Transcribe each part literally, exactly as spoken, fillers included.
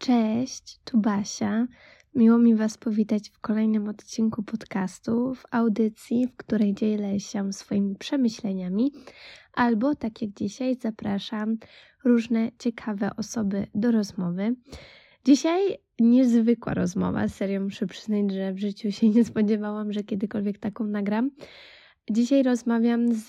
Cześć, tu Basia. Miło mi Was powitać w kolejnym odcinku podcastu, w audycji, w której dzielę się swoimi przemyśleniami, albo tak jak dzisiaj zapraszam różne ciekawe osoby do rozmowy. Dzisiaj niezwykła rozmowa, serio muszę przyznać, że w życiu się nie spodziewałam, że kiedykolwiek taką nagram. Dzisiaj rozmawiam z,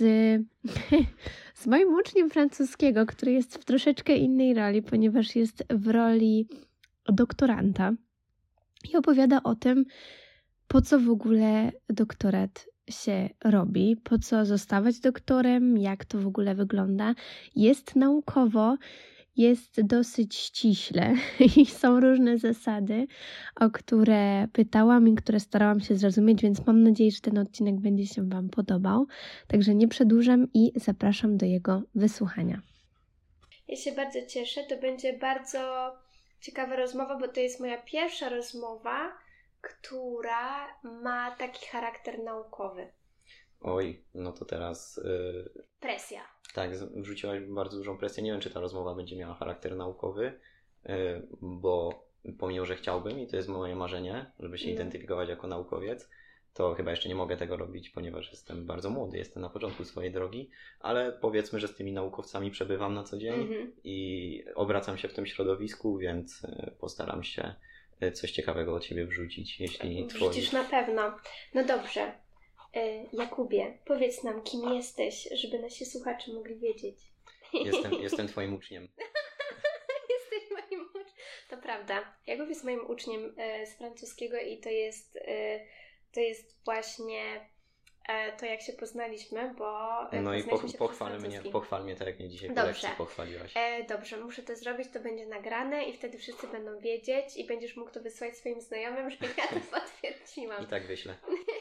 z moim uczniem francuskiego, który jest w troszeczkę innej roli, ponieważ jest w roli doktoranta i opowiada o tym, po co w ogóle doktorat się robi, po co zostawać doktorem, jak to w ogóle wygląda. Jest naukowo, jest dosyć ściśle i są różne zasady, o które pytałam i które starałam się zrozumieć, więc mam nadzieję, że ten odcinek będzie się Wam podobał. Także nie przedłużam i zapraszam do jego wysłuchania. Ja się bardzo cieszę, to będzie bardzo ciekawa rozmowa, bo to jest moja pierwsza rozmowa, która ma taki charakter naukowy. Oj, no to teraz... Yy... Presja. Tak, wrzuciłaś bardzo dużą presję. Nie wiem, czy ta rozmowa będzie miała charakter naukowy, yy, bo pomimo, że chciałbym i to jest moje marzenie, żeby się no. identyfikować jako naukowiec, to chyba jeszcze nie mogę tego robić, ponieważ jestem bardzo młody, jestem na początku swojej drogi, ale powiedzmy, że z tymi naukowcami przebywam na co dzień mm-hmm. i obracam się w tym środowisku, więc postaram się coś ciekawego od Ciebie wrzucić, jeśli Wrzucisz twoi... na pewno. No dobrze. Jakubie, powiedz nam, kim jesteś, żeby nasi słuchacze mogli wiedzieć. Jestem, jestem Twoim uczniem. Jesteś moim uczniem. To prawda. Jakub jest moim uczniem z francuskiego i to jest... To jest właśnie to, jak się poznaliśmy, bo no i poznaliśmy po, się pochwal mnie, pochwal mnie tak, jak mnie dzisiaj Dobrze. po lekcji pochwaliłaś. E, dobrze, muszę to zrobić, to będzie nagrane i wtedy wszyscy będą wiedzieć i będziesz mógł to wysłać swoim znajomym, że ja to potwierdziłam. I tak wyślę.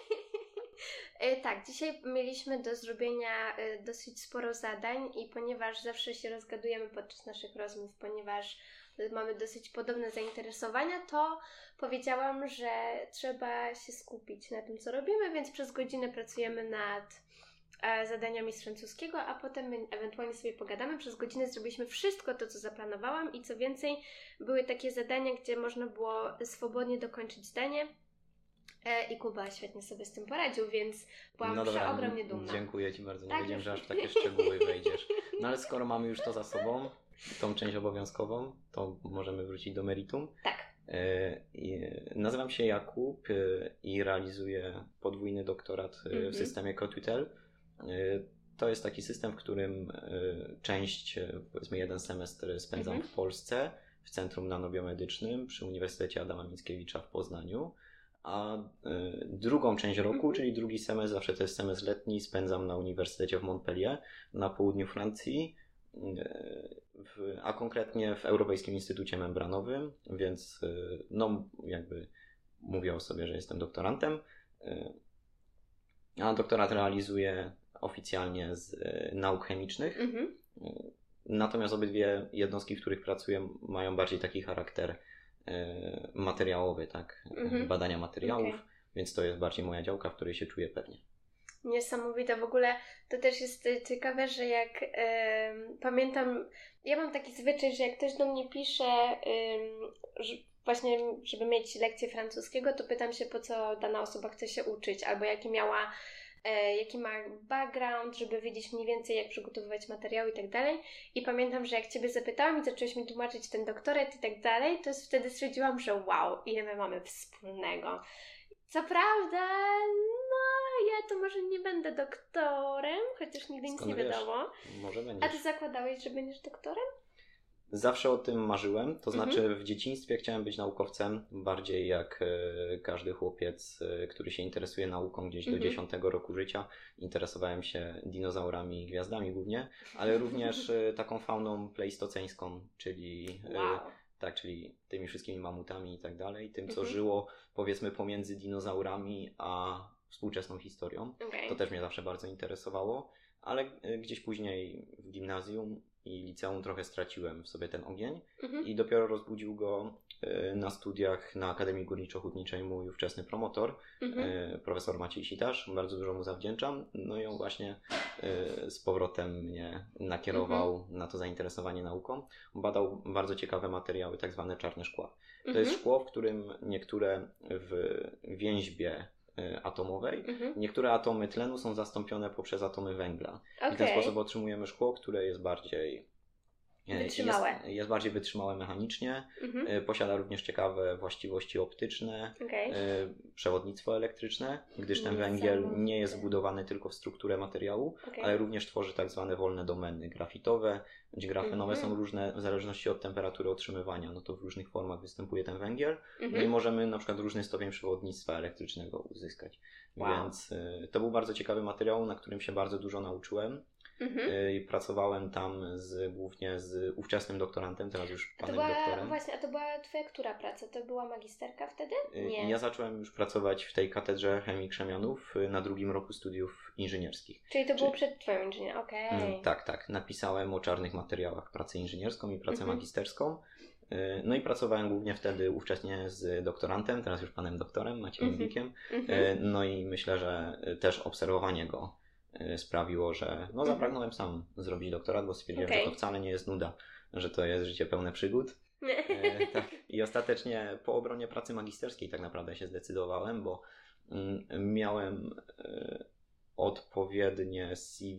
e, tak, dzisiaj mieliśmy do zrobienia e, dosyć sporo zadań i ponieważ zawsze się rozgadujemy podczas naszych rozmów, ponieważ mamy dosyć podobne zainteresowania, to powiedziałam, że trzeba się skupić na tym, co robimy, więc przez godzinę pracujemy nad e, zadaniami z francuskiego, a potem ewentualnie sobie pogadamy. Przez godzinę zrobiliśmy wszystko to, co zaplanowałam i co więcej, były takie zadania, gdzie można było swobodnie dokończyć zdanie e, i Kuba świetnie sobie z tym poradził, więc byłam no dobra, przeogromnie dumna. Dziękuję Ci bardzo, nie tak, wiedziałem, że aż w takie szczegóły wejdziesz. No ale skoro mamy już to za sobą, tą część obowiązkową, to możemy wrócić do meritum. Tak. Nazywam się Jakub i realizuję podwójny doktorat mm-hmm. w systemie Cotutel. To jest taki system, w którym część, powiedzmy jeden semestr spędzam mm-hmm. w Polsce, w Centrum Nanobiomedycznym przy Uniwersytecie Adama Mickiewicza w Poznaniu, a drugą część roku, mm-hmm. czyli drugi semestr, zawsze to jest semestr letni, spędzam na Uniwersytecie w Montpellier, na południu Francji, W, a konkretnie w Europejskim Instytucie Membranowym, więc no jakby mówię o sobie, że jestem doktorantem, a doktorat realizuję oficjalnie z nauk chemicznych, mm-hmm. natomiast obydwie jednostki, w których pracuję, mają bardziej taki charakter materiałowy, tak, mm-hmm. badania materiałów, okay. więc to jest bardziej moja działka, w której się czuję pewnie. Niesamowite. W ogóle to też jest ciekawe, że jak y, pamiętam, ja mam taki zwyczaj, że jak ktoś do mnie pisze y, że właśnie, żeby mieć lekcję francuskiego, to pytam się, po co dana osoba chce się uczyć, albo jaki miała, y, jaki ma background, żeby wiedzieć mniej więcej, jak przygotowywać materiał i tak dalej. I pamiętam, że jak Ciebie zapytałam i zaczęłaś mi tłumaczyć ten doktorat i tak dalej, to wtedy stwierdziłam, że wow, ile my mamy wspólnego. Co prawda, no ja to może nie będę doktorem, chociaż nigdy Skąd nic nie wiesz? wiadomo. Może będziesz. A Ty zakładałeś, że będziesz doktorem? Zawsze o tym marzyłem, to znaczy mhm. w dzieciństwie chciałem być naukowcem, bardziej jak e, każdy chłopiec, e, który się interesuje nauką gdzieś mhm. do dziesiątego roku życia. Interesowałem się dinozaurami i gwiazdami głównie, ale również e, taką fauną pleistoceńską, czyli... E, wow. Tak, czyli tymi wszystkimi mamutami i tak dalej, tym co mhm. żyło powiedzmy pomiędzy dinozaurami a współczesną historią. Okay. To też mnie zawsze bardzo interesowało, ale gdzieś później w gimnazjum i liceum trochę straciłem w sobie ten ogień Mhm. i dopiero rozbudził go na studiach na Akademii Górniczo-Hutniczej mój ówczesny promotor, Mhm. profesor Maciej Sitarz. Bardzo dużo mu zawdzięczam. No i on właśnie z powrotem mnie nakierował mhm. na to zainteresowanie nauką. Badał bardzo ciekawe materiały, tak zwane czarne szkła. To Mhm. jest szkło, w którym niektóre w więźbie atomowej, mhm. niektóre atomy tlenu są zastąpione poprzez atomy węgla. Okay. I w ten sposób otrzymujemy szkło, które jest bardziej wytrzymałe. Jest, jest bardziej wytrzymałe mechanicznie, mhm. posiada również ciekawe właściwości optyczne, okay. przewodnictwo elektryczne, gdyż ten węgiel nie jest wbudowany tylko w strukturę materiału, okay. ale również tworzy tak zwane wolne domeny grafitowe, gdzie grafenowe mhm. są różne w zależności od temperatury otrzymywania, no to w różnych formach występuje ten węgiel, mhm. no i możemy na przykład różny stopień przewodnictwa elektrycznego uzyskać. Wow. Więc to był bardzo ciekawy materiał, na którym się bardzo dużo nauczyłem. Mhm. I pracowałem tam z, głównie z ówczesnym doktorantem, teraz już panem to była, doktorem. Właśnie, a to była twoja która praca? To była magisterka wtedy? Nie. Ja zacząłem już pracować w tej katedrze chemii krzemianów na drugim roku studiów inżynierskich. Czyli to było Czyli... przed twoją inżynierią, okej. Okay. Tak, tak. Napisałem o czarnych materiałach pracę inżynierską i pracę mhm. magisterską. No i pracowałem głównie wtedy ówcześnie z doktorantem, teraz już panem doktorem, Maciejem mhm. Bikiem. Mhm. No i myślę, że też obserwowanie go sprawiło, że no zapragnąłem sam zrobić doktorat, bo stwierdziłem, okay. że to wcale nie jest nuda, że to jest życie pełne przygód. E, tak. I ostatecznie po obronie pracy magisterskiej tak naprawdę się zdecydowałem, bo mm, miałem e, odpowiednie C V,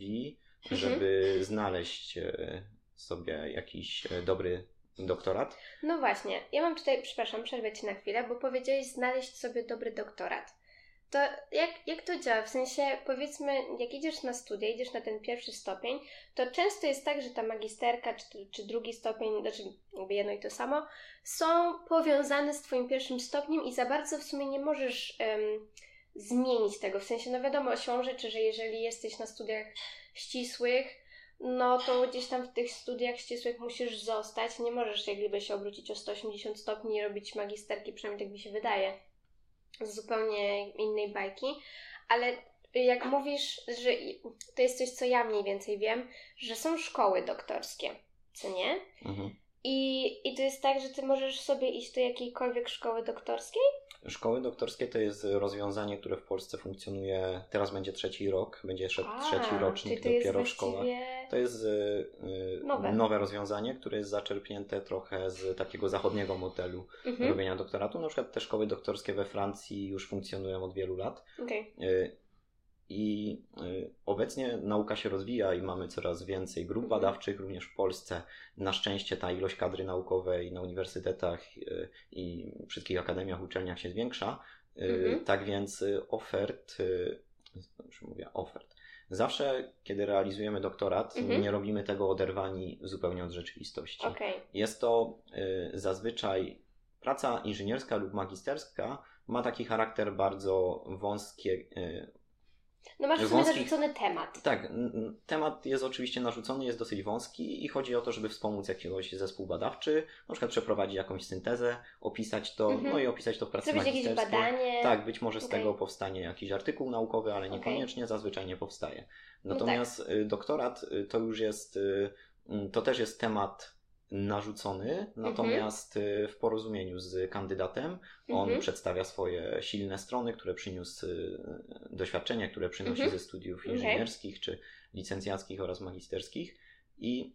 żeby mhm. znaleźć e, sobie jakiś e, dobry doktorat. No właśnie, ja mam tutaj, przepraszam, przerwę Ci na chwilę, bo powiedziałeś znaleźć sobie dobry doktorat. To jak, jak to działa? W sensie, powiedzmy, jak idziesz na studia, idziesz na ten pierwszy stopień, to często jest tak, że ta magisterka czy, czy drugi stopień, znaczy jakby jedno i to samo, są powiązane z twoim pierwszym stopniem i za bardzo w sumie nie możesz um, zmienić tego. W sensie, no wiadomo, siłą rzeczy, że jeżeli jesteś na studiach ścisłych, no to gdzieś tam w tych studiach ścisłych musisz zostać. Nie możesz jak gdyby się obrócić o sto osiemdziesiąt stopni i robić magisterki, przynajmniej tak mi się wydaje. Z zupełnie innej bajki, ale jak mówisz, że to jest coś, co ja mniej więcej wiem, że są szkoły doktorskie, co nie? Mhm. I, I to jest tak, że ty możesz sobie iść do jakiejkolwiek szkoły doktorskiej? Szkoły doktorskie to jest rozwiązanie, które w Polsce funkcjonuje, teraz będzie trzeci rok, będzie szedł A, trzeci rocznik dopiero w szkołach. To jest y, nowe. nowe rozwiązanie, które jest zaczerpnięte trochę z takiego zachodniego modelu mhm. robienia doktoratu. Na przykład te szkoły doktorskie we Francji już funkcjonują od wielu lat. Okay. Y, I y, obecnie nauka się rozwija i mamy coraz więcej grup mhm. badawczych, również w Polsce. Na szczęście ta ilość kadry naukowej na uniwersytetach y, i wszystkich akademiach, uczelniach się zwiększa. Y, mhm. Tak więc y, ofert, y, już mówię ofert. Zawsze, kiedy realizujemy doktorat, mhm. nie robimy tego oderwani zupełnie od rzeczywistości. Okay. Jest to y, zazwyczaj praca inżynierska lub magisterska ma taki charakter bardzo wąski. Y, No masz w sumie narzucony temat. Tak, temat jest oczywiście narzucony, jest dosyć wąski i chodzi o to, żeby wspomóc jakiegoś zespół badawczy, na przykład przeprowadzić jakąś syntezę, opisać to, mm-hmm. no i opisać to w pracy Zrobić magisterskiej. Jakieś badanie. Tak, być może z okay. tego powstanie jakiś artykuł naukowy, ale niekoniecznie, okay. zazwyczaj nie powstaje. Natomiast no tak. doktorat to już jest, to też jest temat narzucony, natomiast mm-hmm. w porozumieniu z kandydatem on mm-hmm. przedstawia swoje silne strony, które przyniósł, doświadczenia, które przynosi mm-hmm. ze studiów inżynierskich okay. czy licencjackich oraz magisterskich i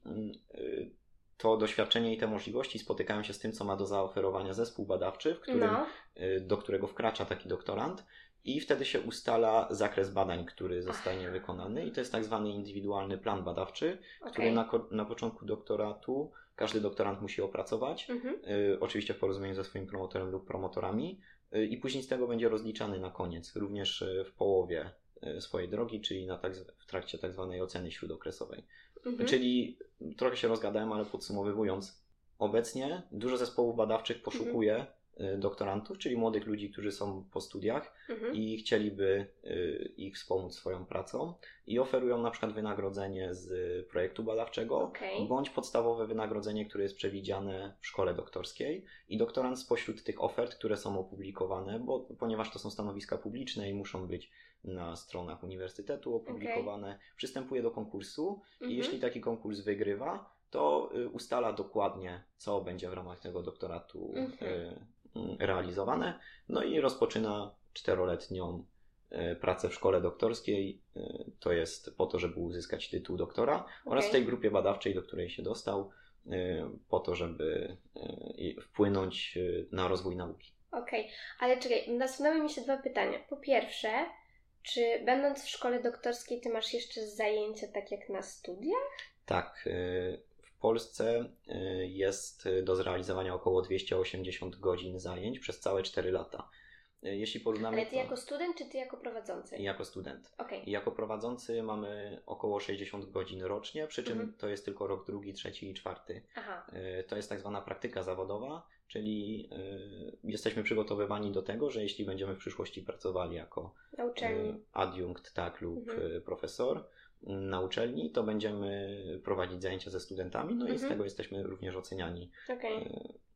to doświadczenie i te możliwości spotykają się z tym, co ma do zaoferowania zespół badawczy, w którym, no. do którego wkracza taki doktorant i wtedy się ustala zakres badań, który zostanie Ach. wykonany i to jest tak zwany indywidualny plan badawczy, okay. który na, na początku doktoratu każdy doktorant musi opracować, mhm. y, oczywiście w porozumieniu ze swoim promotorem lub promotorami y, i później z tego będzie rozliczany na koniec, również y, w połowie y, swojej drogi, czyli na tak, w trakcie tak zwanej oceny śródokresowej. Mhm. Czyli trochę się rozgadałem, ale podsumowując, obecnie dużo zespołów badawczych poszukuje mhm. doktorantów, czyli młodych ludzi, którzy są po studiach mhm. i chcieliby y, ich wspomóc swoją pracą i oferują na przykład wynagrodzenie z projektu badawczego okay. bądź podstawowe wynagrodzenie, które jest przewidziane w szkole doktorskiej i doktorant spośród tych ofert, które są opublikowane, bo ponieważ to są stanowiska publiczne i muszą być na stronach uniwersytetu opublikowane, okay. przystępuje do konkursu mhm. i jeśli taki konkurs wygrywa, to ustala dokładnie, co będzie w ramach tego doktoratu mhm. realizowane, no i rozpoczyna czteroletnią pracę w szkole doktorskiej, to jest po to, żeby uzyskać tytuł doktora okay. oraz w tej grupie badawczej, do której się dostał, po to, żeby wpłynąć na rozwój nauki. Okej, okay. Ale czekaj, nasunęły mi się dwa pytania. Po pierwsze, czy będąc w szkole doktorskiej ty masz jeszcze zajęcia tak jak na studiach? Tak, w Polsce jest do zrealizowania około dwieście osiemdziesiąt godzin zajęć przez całe cztery lata. Jeśli porównamy Ale ty to, jako student, czy ty jako prowadzący? Jako student. Okay. I jako prowadzący mamy około sześćdziesiąt godzin rocznie, przy czym mhm. to jest tylko rok drugi, trzeci i czwarty. Aha. To jest tak zwana praktyka zawodowa, czyli jesteśmy przygotowywani do tego, że jeśli będziemy w przyszłości pracowali jako na uczelni. adiunkt, tak, lub mhm. profesor na uczelni, to będziemy prowadzić zajęcia ze studentami, no mhm. i z tego jesteśmy również oceniani. Okay.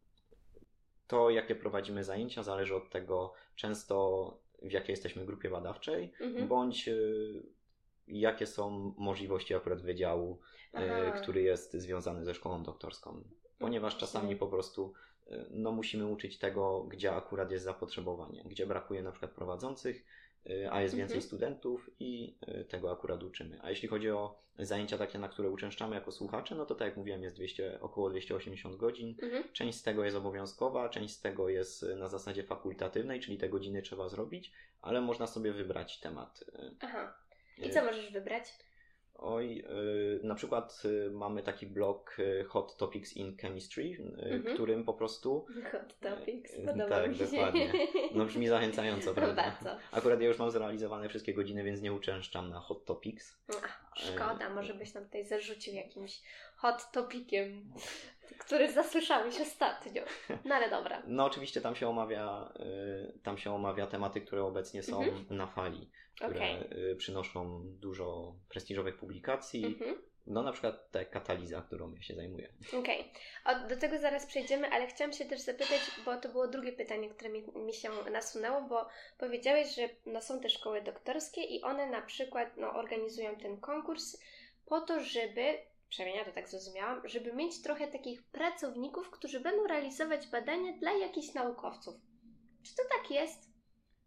To, jakie prowadzimy zajęcia, zależy od tego często, w jakiej jesteśmy grupie badawczej, mhm. bądź y, jakie są możliwości akurat wydziału, y, który jest związany ze szkołą doktorską. Ponieważ czasami po prostu y, no, musimy uczyć tego, gdzie akurat jest zapotrzebowanie, gdzie brakuje na przykład prowadzących, y, a jest więcej mhm. studentów i y, tego akurat uczymy. A jeśli chodzi o zajęcia takie, na które uczęszczamy jako słuchacze, no to tak jak mówiłem, jest dwieście, około dwieście osiemdziesiąt godzin. Mhm. Część z tego jest obowiązkowa, część z tego jest na zasadzie fakultatywnej, czyli te godziny trzeba zrobić, ale można sobie wybrać temat. Aha. I co możesz wybrać? Oj, yy, na przykład yy, mamy taki blog yy, Hot Topics in Chemistry, yy, mhm. którym po prostu... Hot Topics, yy, podoba tak, mi się. Dokładnie. No brzmi zachęcająco, prawda? Bardzo. Akurat ja już mam zrealizowane wszystkie godziny, więc nie uczęszczam na Hot Topics. Ach, szkoda, może byś nam tutaj zarzucił jakimś Hot Topiciem, który zasłyszałeś ostatnio. No ale dobra. No oczywiście tam się omawia, yy, tam się omawia tematy, które obecnie są mhm. na fali, które okay. przynoszą dużo prestiżowych publikacji. Mhm. No na przykład ta kataliza, którą ja się zajmuję. Okej. Okay. Do tego zaraz przejdziemy, ale chciałam się też zapytać, bo to było drugie pytanie, które mi, mi się nasunęło, bo powiedziałeś, że no, są te szkoły doktorskie i one na przykład no, organizują ten konkurs po to, żeby, przynajmniej ja to tak zrozumiałam, żeby mieć trochę takich pracowników, którzy będą realizować badania dla jakichś naukowców. Czy to tak jest?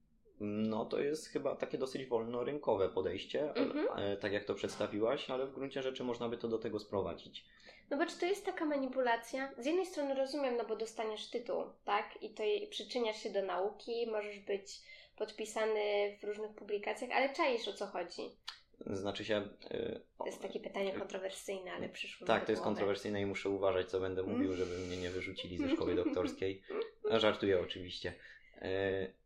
No to jest chyba takie dosyć wolnorynkowe podejście, mhm. ale, tak jak to przedstawiłaś, ale w gruncie rzeczy można by to do tego sprowadzić. No bo czy to jest taka manipulacja? Z jednej strony rozumiem, no bo dostaniesz tytuł, tak? I to przyczyniasz się do nauki, możesz być podpisany w różnych publikacjach, ale czaisz, o co chodzi? Znaczy się... Yy, to jest takie pytanie kontrowersyjne, ale przyszło Tak, to jest kontrowersyjne i muszę uważać, co będę mówił, żeby mnie nie wyrzucili ze szkoły doktorskiej. Żartuję oczywiście. Yy,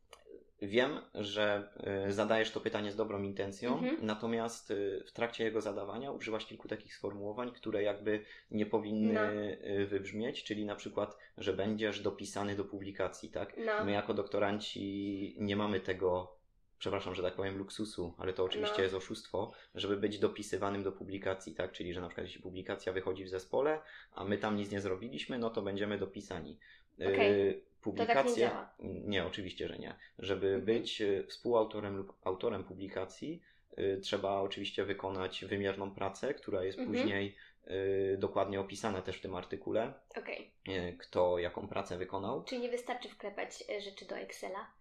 Wiem, że zadajesz to pytanie z dobrą intencją, mhm. natomiast w trakcie jego zadawania używasz kilku takich sformułowań, które jakby nie powinny no. wybrzmieć, czyli na przykład, że będziesz dopisany do publikacji, tak? No. My jako doktoranci nie mamy tego, przepraszam, że tak powiem, luksusu, ale to oczywiście no. jest oszustwo, żeby być dopisywanym do publikacji, tak? Czyli, że na przykład jeśli publikacja wychodzi w zespole, a my tam nic nie zrobiliśmy, no to będziemy dopisani. Okay. Publikacje, to tak nie działa. Nie, oczywiście, że nie. Żeby mhm. być współautorem lub autorem publikacji, y, trzeba oczywiście wykonać wymierną pracę, która jest mhm. później y, dokładnie opisana też w tym artykule. Okay. Y, kto jaką pracę wykonał. Czyli nie wystarczy wklepać rzeczy do Excela?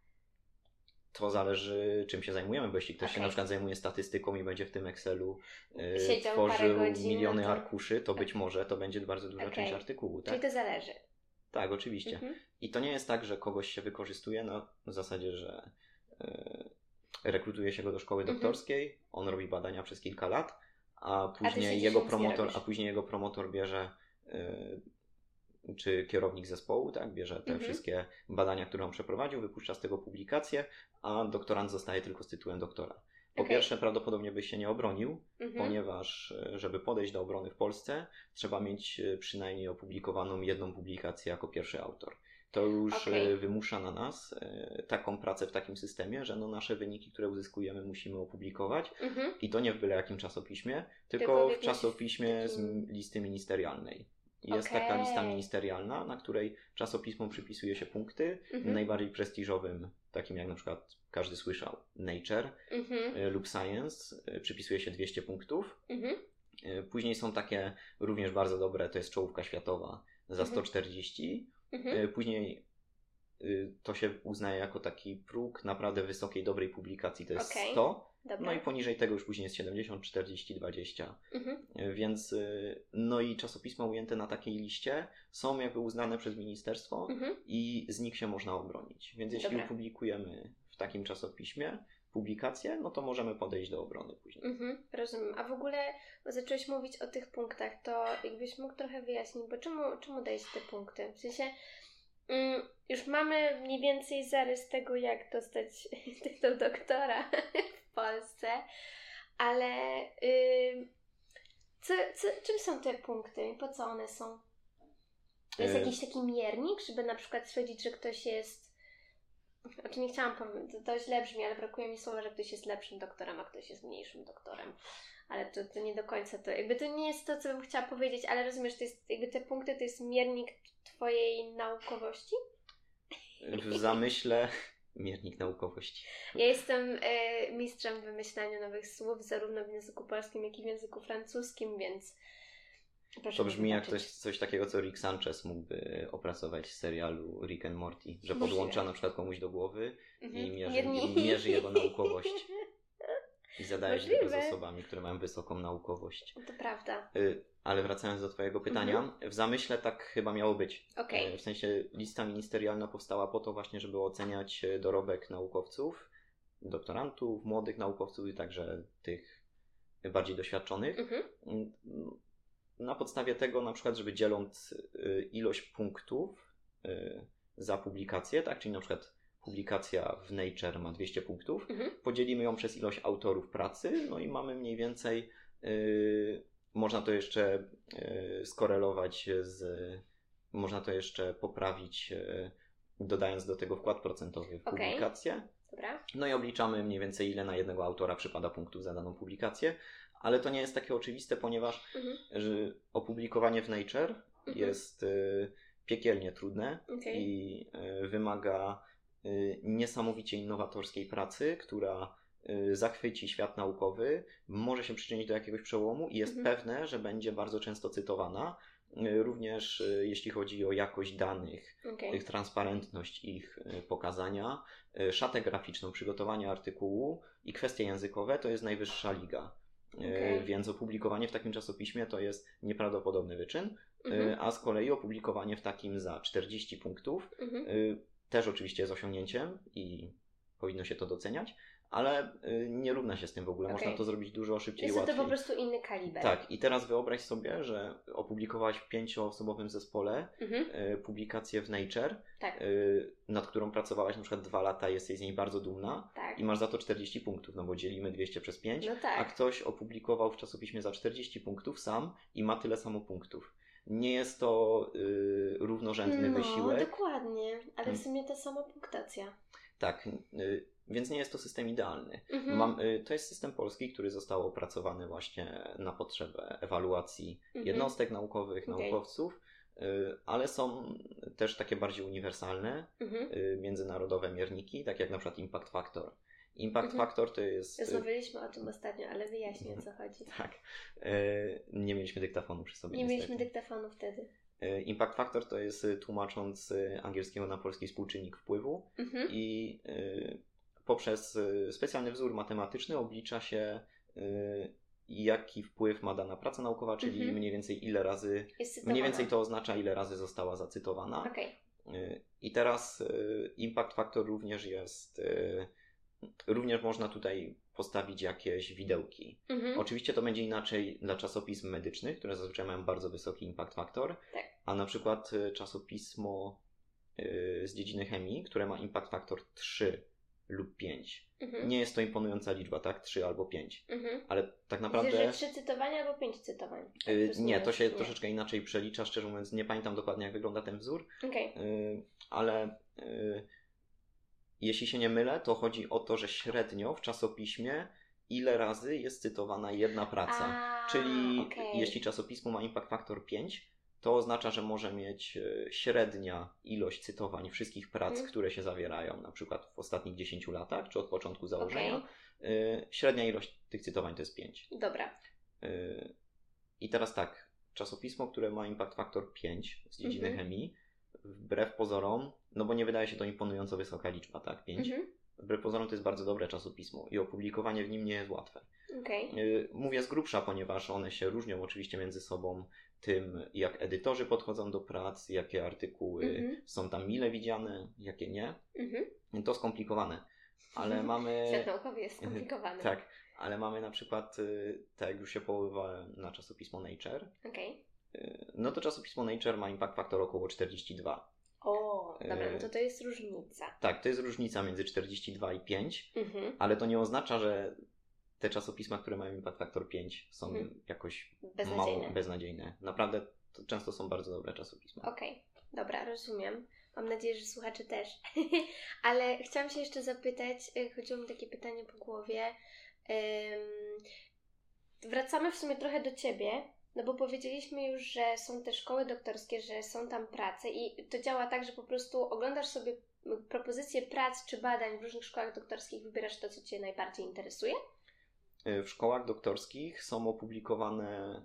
To zależy, czym się zajmujemy, bo jeśli ktoś okay. się na przykład zajmuje statystyką i będzie w tym Excelu y, tworzył godzin, miliony to... arkuszy, to być może to będzie bardzo duża okay. część artykułu. Tak? Czyli to zależy. Tak, oczywiście. Mhm. I to nie jest tak, że kogoś się wykorzystuje na zasadzie, że yy, rekrutuje się go do szkoły mhm. doktorskiej, on robi badania przez kilka lat, a później, a jego, promotor, a później jego promotor bierze, yy, czy kierownik zespołu, tak, bierze te mhm. wszystkie badania, które on przeprowadził, wypuszcza z tego publikację, a doktorant zostaje tylko z tytułem doktora. Po okay. pierwsze, prawdopodobnie byś się nie obronił, mhm. ponieważ żeby podejść do obrony w Polsce, trzeba mieć przynajmniej opublikowaną jedną publikację jako pierwszy autor. To już okay. wymusza na nas taką pracę w takim systemie, że no nasze wyniki, które uzyskujemy, musimy opublikować mhm. i to nie w byle jakim czasopiśmie, tylko, tylko w czasopiśmie z listy ministerialnej. Jest okay. taka lista ministerialna, na której czasopismom przypisuje się punkty. Mhm. Najbardziej prestiżowym, takim jak na przykład każdy słyszał, Nature mhm. lub Science, przypisuje się dwieście punktów. Mhm. Później są takie również bardzo dobre, to jest czołówka światowa za sto czterdzieści. Mhm. Później to się uznaje jako taki próg naprawdę wysokiej, dobrej publikacji, to jest okay. sto. Dobra. No i poniżej tego już później jest siedemdziesiąt, czterdzieści, dwadzieścia. Mhm. Więc no i czasopisma ujęte na takiej liście są jakby uznane przez ministerstwo mhm. i z nich się można obronić. Więc jeśli Dobra. Publikujemy w takim czasopiśmie publikację, no to możemy podejść do obrony później. Mhm, rozumiem. A w ogóle bo zacząłeś mówić o tych punktach, to jakbyś mógł trochę wyjaśnić, bo czemu, czemu dajesz te punkty? W sensie mm, już mamy mniej więcej zarys tego, jak dostać tytuł doktora w Polsce, ale yy, co, co, czym są te punkty? Po co one są? Jest yy. jakiś taki miernik, żeby na przykład stwierdzić, że ktoś jest Znaczy nie chciałam powiedzieć, to, to źle brzmi, ale brakuje mi słowa, że ktoś jest lepszym doktorem, a ktoś jest mniejszym doktorem. Ale to, to nie do końca to, jakby to nie jest to, co bym chciała powiedzieć, ale rozumiesz, to jest, jakby te punkty to jest miernik twojej naukowości? W zamyśle miernik naukowości. Ja jestem e, mistrzem w wymyślaniu nowych słów, zarówno w języku polskim, jak i w języku francuskim, więc proszę to brzmi jak coś, coś takiego, co Rick Sanchez mógłby opracować w serialu Rick and Morty, że Możliwe. podłącza na przykład komuś do głowy mhm. i, mierzy, i mierzy jego naukowość. I zadaje się tylko z osobami, które mają wysoką naukowość. To prawda. Y, ale wracając do twojego pytania, mhm. w zamyśle tak chyba miało być. Okay. Y, w sensie lista ministerialna powstała po to właśnie, żeby oceniać dorobek naukowców, doktorantów, młodych naukowców i także tych bardziej doświadczonych. Mhm. Y, Na podstawie tego na przykład, żeby dzieląc ilość punktów za publikację, tak, czyli na przykład publikacja w Nature ma dwieście punktów, mhm. podzielimy ją przez ilość autorów pracy, no i mamy mniej więcej, yy, można to jeszcze yy, skorelować z, można to jeszcze poprawić, yy, dodając do tego wkład procentowy w okay. publikację. Dobra. No i obliczamy mniej więcej, ile na jednego autora przypada punktów za daną publikację. Ale to nie jest takie oczywiste, ponieważ mhm. że opublikowanie w Nature mhm. jest y, piekielnie trudne okay. i y, wymaga y, niesamowicie innowatorskiej pracy, która y, zachwyci świat naukowy, może się przyczynić do jakiegoś przełomu i jest mhm. pewne, że będzie bardzo często cytowana. Y, również y, jeśli chodzi o jakość danych, okay. ich transparentność ich y, pokazania, y, szatę graficzną, przygotowanie artykułu i kwestie językowe to jest najwyższa liga. Okay. Więc opublikowanie w takim czasopiśmie to jest nieprawdopodobny wyczyn, mm-hmm. a z kolei opublikowanie w takim za czterdzieści punktów mm-hmm. też oczywiście jest osiągnięciem i powinno się to doceniać, ale nie równa się z tym w ogóle. Okay. Można to zrobić dużo szybciej i łatwiej. Jest to po prostu inny kaliber. Tak, i teraz wyobraź sobie, że opublikowałaś w pięcioosobowym zespole mm-hmm. publikację w Nature, tak. nad którą pracowałaś na przykład dwa lata, jesteś z niej bardzo dumna tak. i masz za to czterdzieści punktów, no bo dzielimy dwieście przez pięć, no tak. a ktoś opublikował w czasopiśmie za czterdzieści punktów sam i ma tyle samo punktów. Nie jest to y, równorzędny no, wysiłek. No dokładnie, ale w sumie ta sama punktacja. Tak, y, więc nie jest to system idealny. Mhm. Mam, y, to jest system polski, który został opracowany właśnie na potrzebę ewaluacji mhm. jednostek naukowych, okay. naukowców, y, ale są też takie bardziej uniwersalne, mhm. y, międzynarodowe mierniki, tak jak na przykład Impact Factor. Impact mhm. Factor to jest... Rozmawialiśmy o tym ostatnio, ale wyjaśnię, o co chodzi. Tak. Y, nie mieliśmy dyktafonu przy sobie. Nie niestety. mieliśmy dyktafonu wtedy. Impact Factor to jest, tłumacząc z angielskiego na polski, współczynnik wpływu mhm. i y, poprzez y, specjalny wzór matematyczny oblicza się y, jaki wpływ ma dana praca naukowa, czyli mhm. mniej więcej ile razy, mniej więcej to oznacza ile razy została zacytowana. Okay. Y, I teraz y, Impact Factor również jest, y, również można tutaj postawić jakieś widełki. Mhm. Oczywiście to będzie inaczej dla czasopism medycznych, które zazwyczaj mają bardzo wysoki impact factor, tak. a na przykład czasopismo yy, z dziedziny chemii, które ma impact factor trzy lub pięć. Mhm. Nie jest to imponująca liczba, tak? trzy albo pięć. Mhm. Ale tak naprawdę... Wiesz, że trzy cytowania albo pięć cytowań? Tak, yy, nie, to się nie. troszeczkę inaczej przelicza, szczerze mówiąc nie pamiętam dokładnie jak wygląda ten wzór, okay. yy, ale... Yy, Jeśli się nie mylę, to chodzi o to, że średnio w czasopiśmie ile razy jest cytowana jedna praca. A, Czyli okay. jeśli czasopismo ma impact factor pięć, to oznacza, że może mieć średnia ilość cytowań wszystkich prac, hmm. które się zawierają, na przykład w ostatnich dziesięciu latach, czy od początku założenia. Okay. Średnia ilość tych cytowań to jest pięć. Dobra. I teraz tak, czasopismo, które ma impact factor pięć z dziedziny Mhm. chemii, wbrew pozorom, no bo nie wydaje się to imponująco wysoka liczba, tak, pięć. Mhm. Wbrew pozorom to jest bardzo dobre czasopismo i opublikowanie w nim nie jest łatwe. Okej. Yy, Mówię z grubsza, ponieważ one się różnią oczywiście między sobą tym, jak edytorzy podchodzą do prac, jakie artykuły Mhm. są tam mile widziane, jakie nie. Mhm. To skomplikowane. Ale mamy... Świat naukowy jest skomplikowany. Tak, ale mamy na przykład, yy, tak jak już się powoływałem na czasopismo Nature, Okej. yy, no to czasopismo Nature ma impact factor około czterdzieści dwa. O, dobra, Yy. no to to jest różnica. Tak, to jest różnica między czterdzieści dwa i pięć, Mhm. ale to nie oznacza, że te czasopisma, które mają impact factor pięć są Mhm. jakoś Beznadziejne. mało beznadziejne. Naprawdę to często są bardzo dobre czasopisma. Okej, dobra, rozumiem. Mam nadzieję, że słuchacze też. Ale chciałam się jeszcze zapytać, y, chodziło mi takie pytanie po głowie. Ym, wracamy w sumie trochę do Ciebie, no bo powiedzieliśmy już, że są te szkoły doktorskie, że są tam prace i to działa tak, że po prostu oglądasz sobie propozycje prac czy badań w różnych szkołach doktorskich, wybierasz to, co Cię najbardziej interesuje? W szkołach doktorskich są opublikowane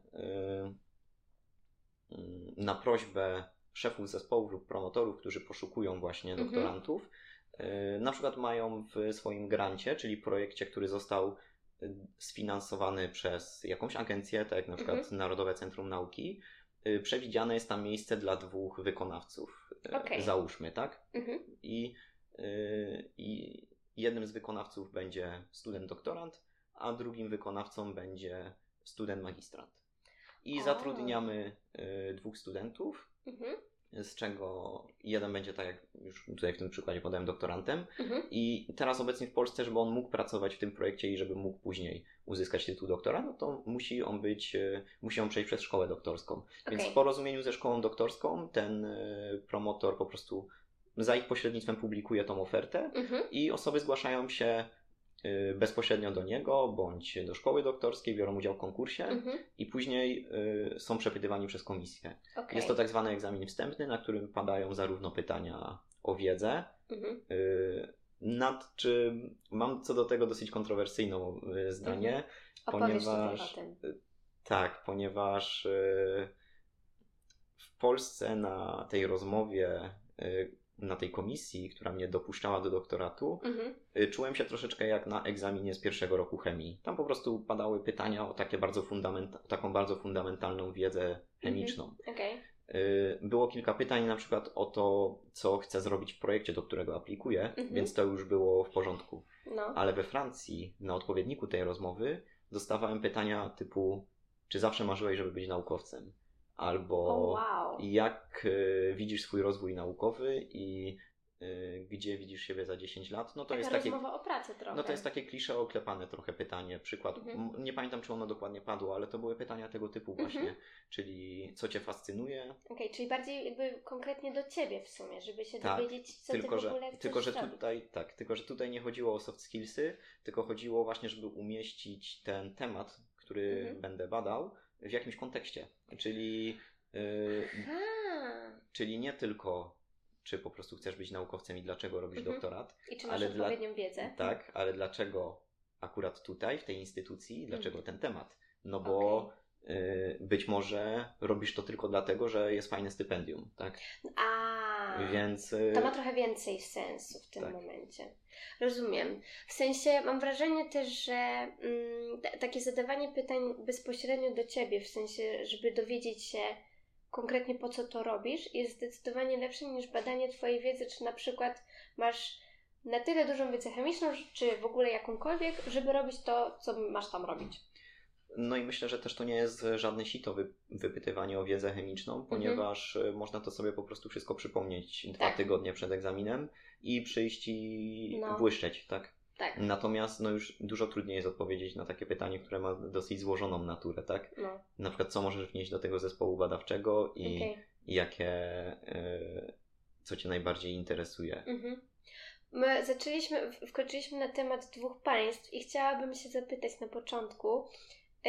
yy, na prośbę szefów zespołów lub promotorów, którzy poszukują właśnie Mhm. doktorantów. Yy, na przykład mają w swoim grancie, czyli projekcie, który został sfinansowany przez jakąś agencję, tak jak na przykład Mhm. Narodowe Centrum Nauki, yy, przewidziane jest tam miejsce dla dwóch wykonawców. Yy, Okej. Załóżmy, tak? Mhm. I, yy, I jednym z wykonawców będzie student doktorant, a drugim wykonawcą będzie student magistrant. I O. zatrudniamy y, dwóch studentów, Mhm. z czego jeden będzie, tak jak już tutaj w tym przykładzie podałem, doktorantem. Mhm. I teraz obecnie w Polsce, żeby on mógł pracować w tym projekcie i żeby mógł później uzyskać tytuł doktora, no to musi on być, y, musi on przejść przez szkołę doktorską. Więc Okej. w porozumieniu ze szkołą doktorską ten y, promotor po prostu za ich pośrednictwem publikuje tą ofertę Mhm. i osoby zgłaszają się y, bezpośrednio do niego bądź do szkoły doktorskiej, biorą udział w konkursie Mhm. i później y, są przepytywani przez komisję. Okej. Jest to tak zwany egzamin wstępny, na którym padają zarówno pytania o wiedzę, Mhm. y, nad czym mam co do tego dosyć kontrowersyjną y, zdanie, Mhm. Opowiesz ponieważ tutaj o tym. tak, ponieważ y, w Polsce na tej rozmowie, y, na tej komisji, która mnie dopuszczała do doktoratu, Mhm. y, czułem się troszeczkę jak na egzaminie z pierwszego roku chemii. Tam po prostu padały pytania o takie bardzo fundamenta- taką bardzo fundamentalną wiedzę chemiczną. Okej. Y, Było kilka pytań na przykład o to, co chcę zrobić w projekcie, do którego aplikuję, Mhm. więc to już było w porządku. No. Ale we Francji, na odpowiedniku tej rozmowy, dostawałem pytania typu, czy zawsze marzyłeś, żeby być naukowcem? Albo O, wow. jak y, widzisz swój rozwój naukowy i y, gdzie widzisz siebie za dziesięć lat? No to Taka jest takie, rozmowa o pracy trochę. no to jest takie klisze oklepane trochę pytanie. Przykład, Mhm. m- nie pamiętam, czy ono dokładnie padło, ale to były pytania tego typu właśnie. Mhm. Czyli co cię fascynuje? Okej, czyli bardziej jakby konkretnie do Ciebie w sumie, żeby się Tak, dowiedzieć, co tylko, Ty w że, ogóle chcesz tylko, że zrobić. tutaj, tak, tylko, że tutaj nie chodziło o soft skillsy, tylko chodziło właśnie, żeby umieścić ten temat, który Mhm. będę badał, w jakimś kontekście. Czyli, yy, A, czyli nie tylko, czy po prostu chcesz być naukowcem i dlaczego robisz Mhm. doktorat, i czy masz ale dla- odpowiednią wiedzę? tak, ale dlaczego akurat tutaj, w tej instytucji, dlaczego Mhm. ten temat? No bo yy, być może robisz to tylko dlatego, że jest fajne stypendium, tak? A, Więc yy, to ma trochę więcej sensu w tym tak. momencie. Rozumiem. W sensie mam wrażenie też, że mm, t- takie zadawanie pytań bezpośrednio do Ciebie, w sensie, żeby dowiedzieć się konkretnie po co to robisz, jest zdecydowanie lepsze niż badanie Twojej wiedzy, czy na przykład masz na tyle dużą wiedzę chemiczną, czy w ogóle jakąkolwiek, żeby robić to, co masz tam robić. No i myślę, że też to nie jest żadne sito wy, wypytywanie o wiedzę chemiczną, ponieważ y, można to sobie po prostu wszystko przypomnieć dwa Tak. tygodnie przed egzaminem i przyjść i No. błyszczeć, tak? Tak, Natomiast no już dużo trudniej jest odpowiedzieć na takie pytanie, które ma dosyć złożoną naturę, tak? no, Na przykład co możesz wnieść do tego zespołu badawczego i, okej. i jakie, y, co Cię najbardziej interesuje. Mhm. My zaczęliśmy, w- wkroczyliśmy na temat dwóch państw i chciałabym się zapytać na początku, yy,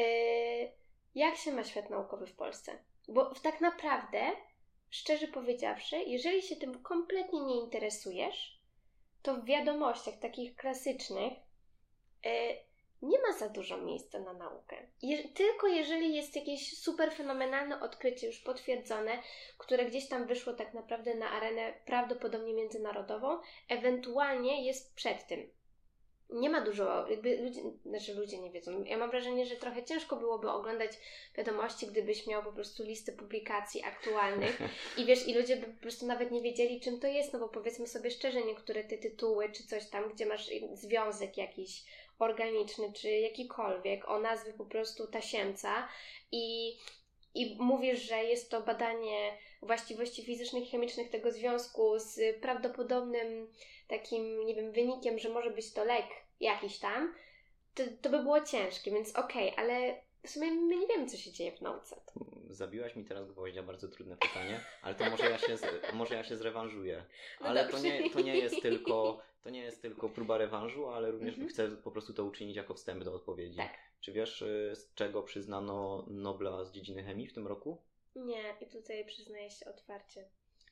jak się ma świat naukowy w Polsce? Bo w- tak naprawdę, szczerze powiedziawszy, jeżeli się tym kompletnie nie interesujesz, to w wiadomościach takich klasycznych yy, nie ma za dużo miejsca na naukę. Je- tylko jeżeli jest jakieś super fenomenalne odkrycie już potwierdzone, które gdzieś tam wyszło tak naprawdę na arenę prawdopodobnie międzynarodową, ewentualnie jest przed tym. Nie ma dużo, jakby ludzie, znaczy ludzie nie wiedzą. Ja mam wrażenie, że trochę ciężko byłoby oglądać wiadomości, gdybyś miał po prostu listę publikacji aktualnych i wiesz, i ludzie by po prostu nawet nie wiedzieli, czym to jest, no bo powiedzmy sobie szczerze, niektóre te tytuły, czy coś tam, gdzie masz związek jakiś organiczny, czy jakikolwiek, o nazwie po prostu tasiemca i i mówisz, że jest to badanie właściwości fizycznych i chemicznych tego związku z prawdopodobnym takim, nie wiem, wynikiem, że może być to lek jakiś tam, to, to by było ciężkie, więc okej, okay, ale w sumie my nie wiemy, co się dzieje w nauce. Zabiłaś mi teraz gwoździa, bardzo trudne pytanie, ale to może ja się, z, może ja się zrewanżuję. No ale dobrze. to nie, to nie jest tylko, to nie jest tylko próba rewanżu, ale również Mhm. chcę po prostu to uczynić jako wstęp do odpowiedzi. Tak. Czy wiesz, z czego przyznano Nobla z dziedziny chemii w tym roku? Nie, i tutaj przyznaję się otwarcie.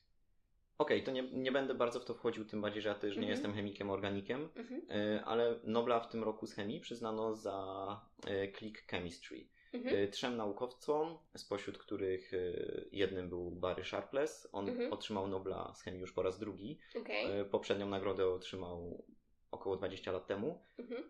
Okej, okay, to nie, nie będę bardzo w to wchodził, tym bardziej, że ja też nie Mhm. jestem chemikiem, organikiem, Mhm. ale Nobla w tym roku z chemii przyznano za click chemistry. Mhm. Trzem naukowcom, spośród których jednym był Barry Sharpless. On mhm. otrzymał Nobla z chemii już po raz drugi. Okay. Poprzednią nagrodę otrzymał około dwadzieścia lat temu. Mhm.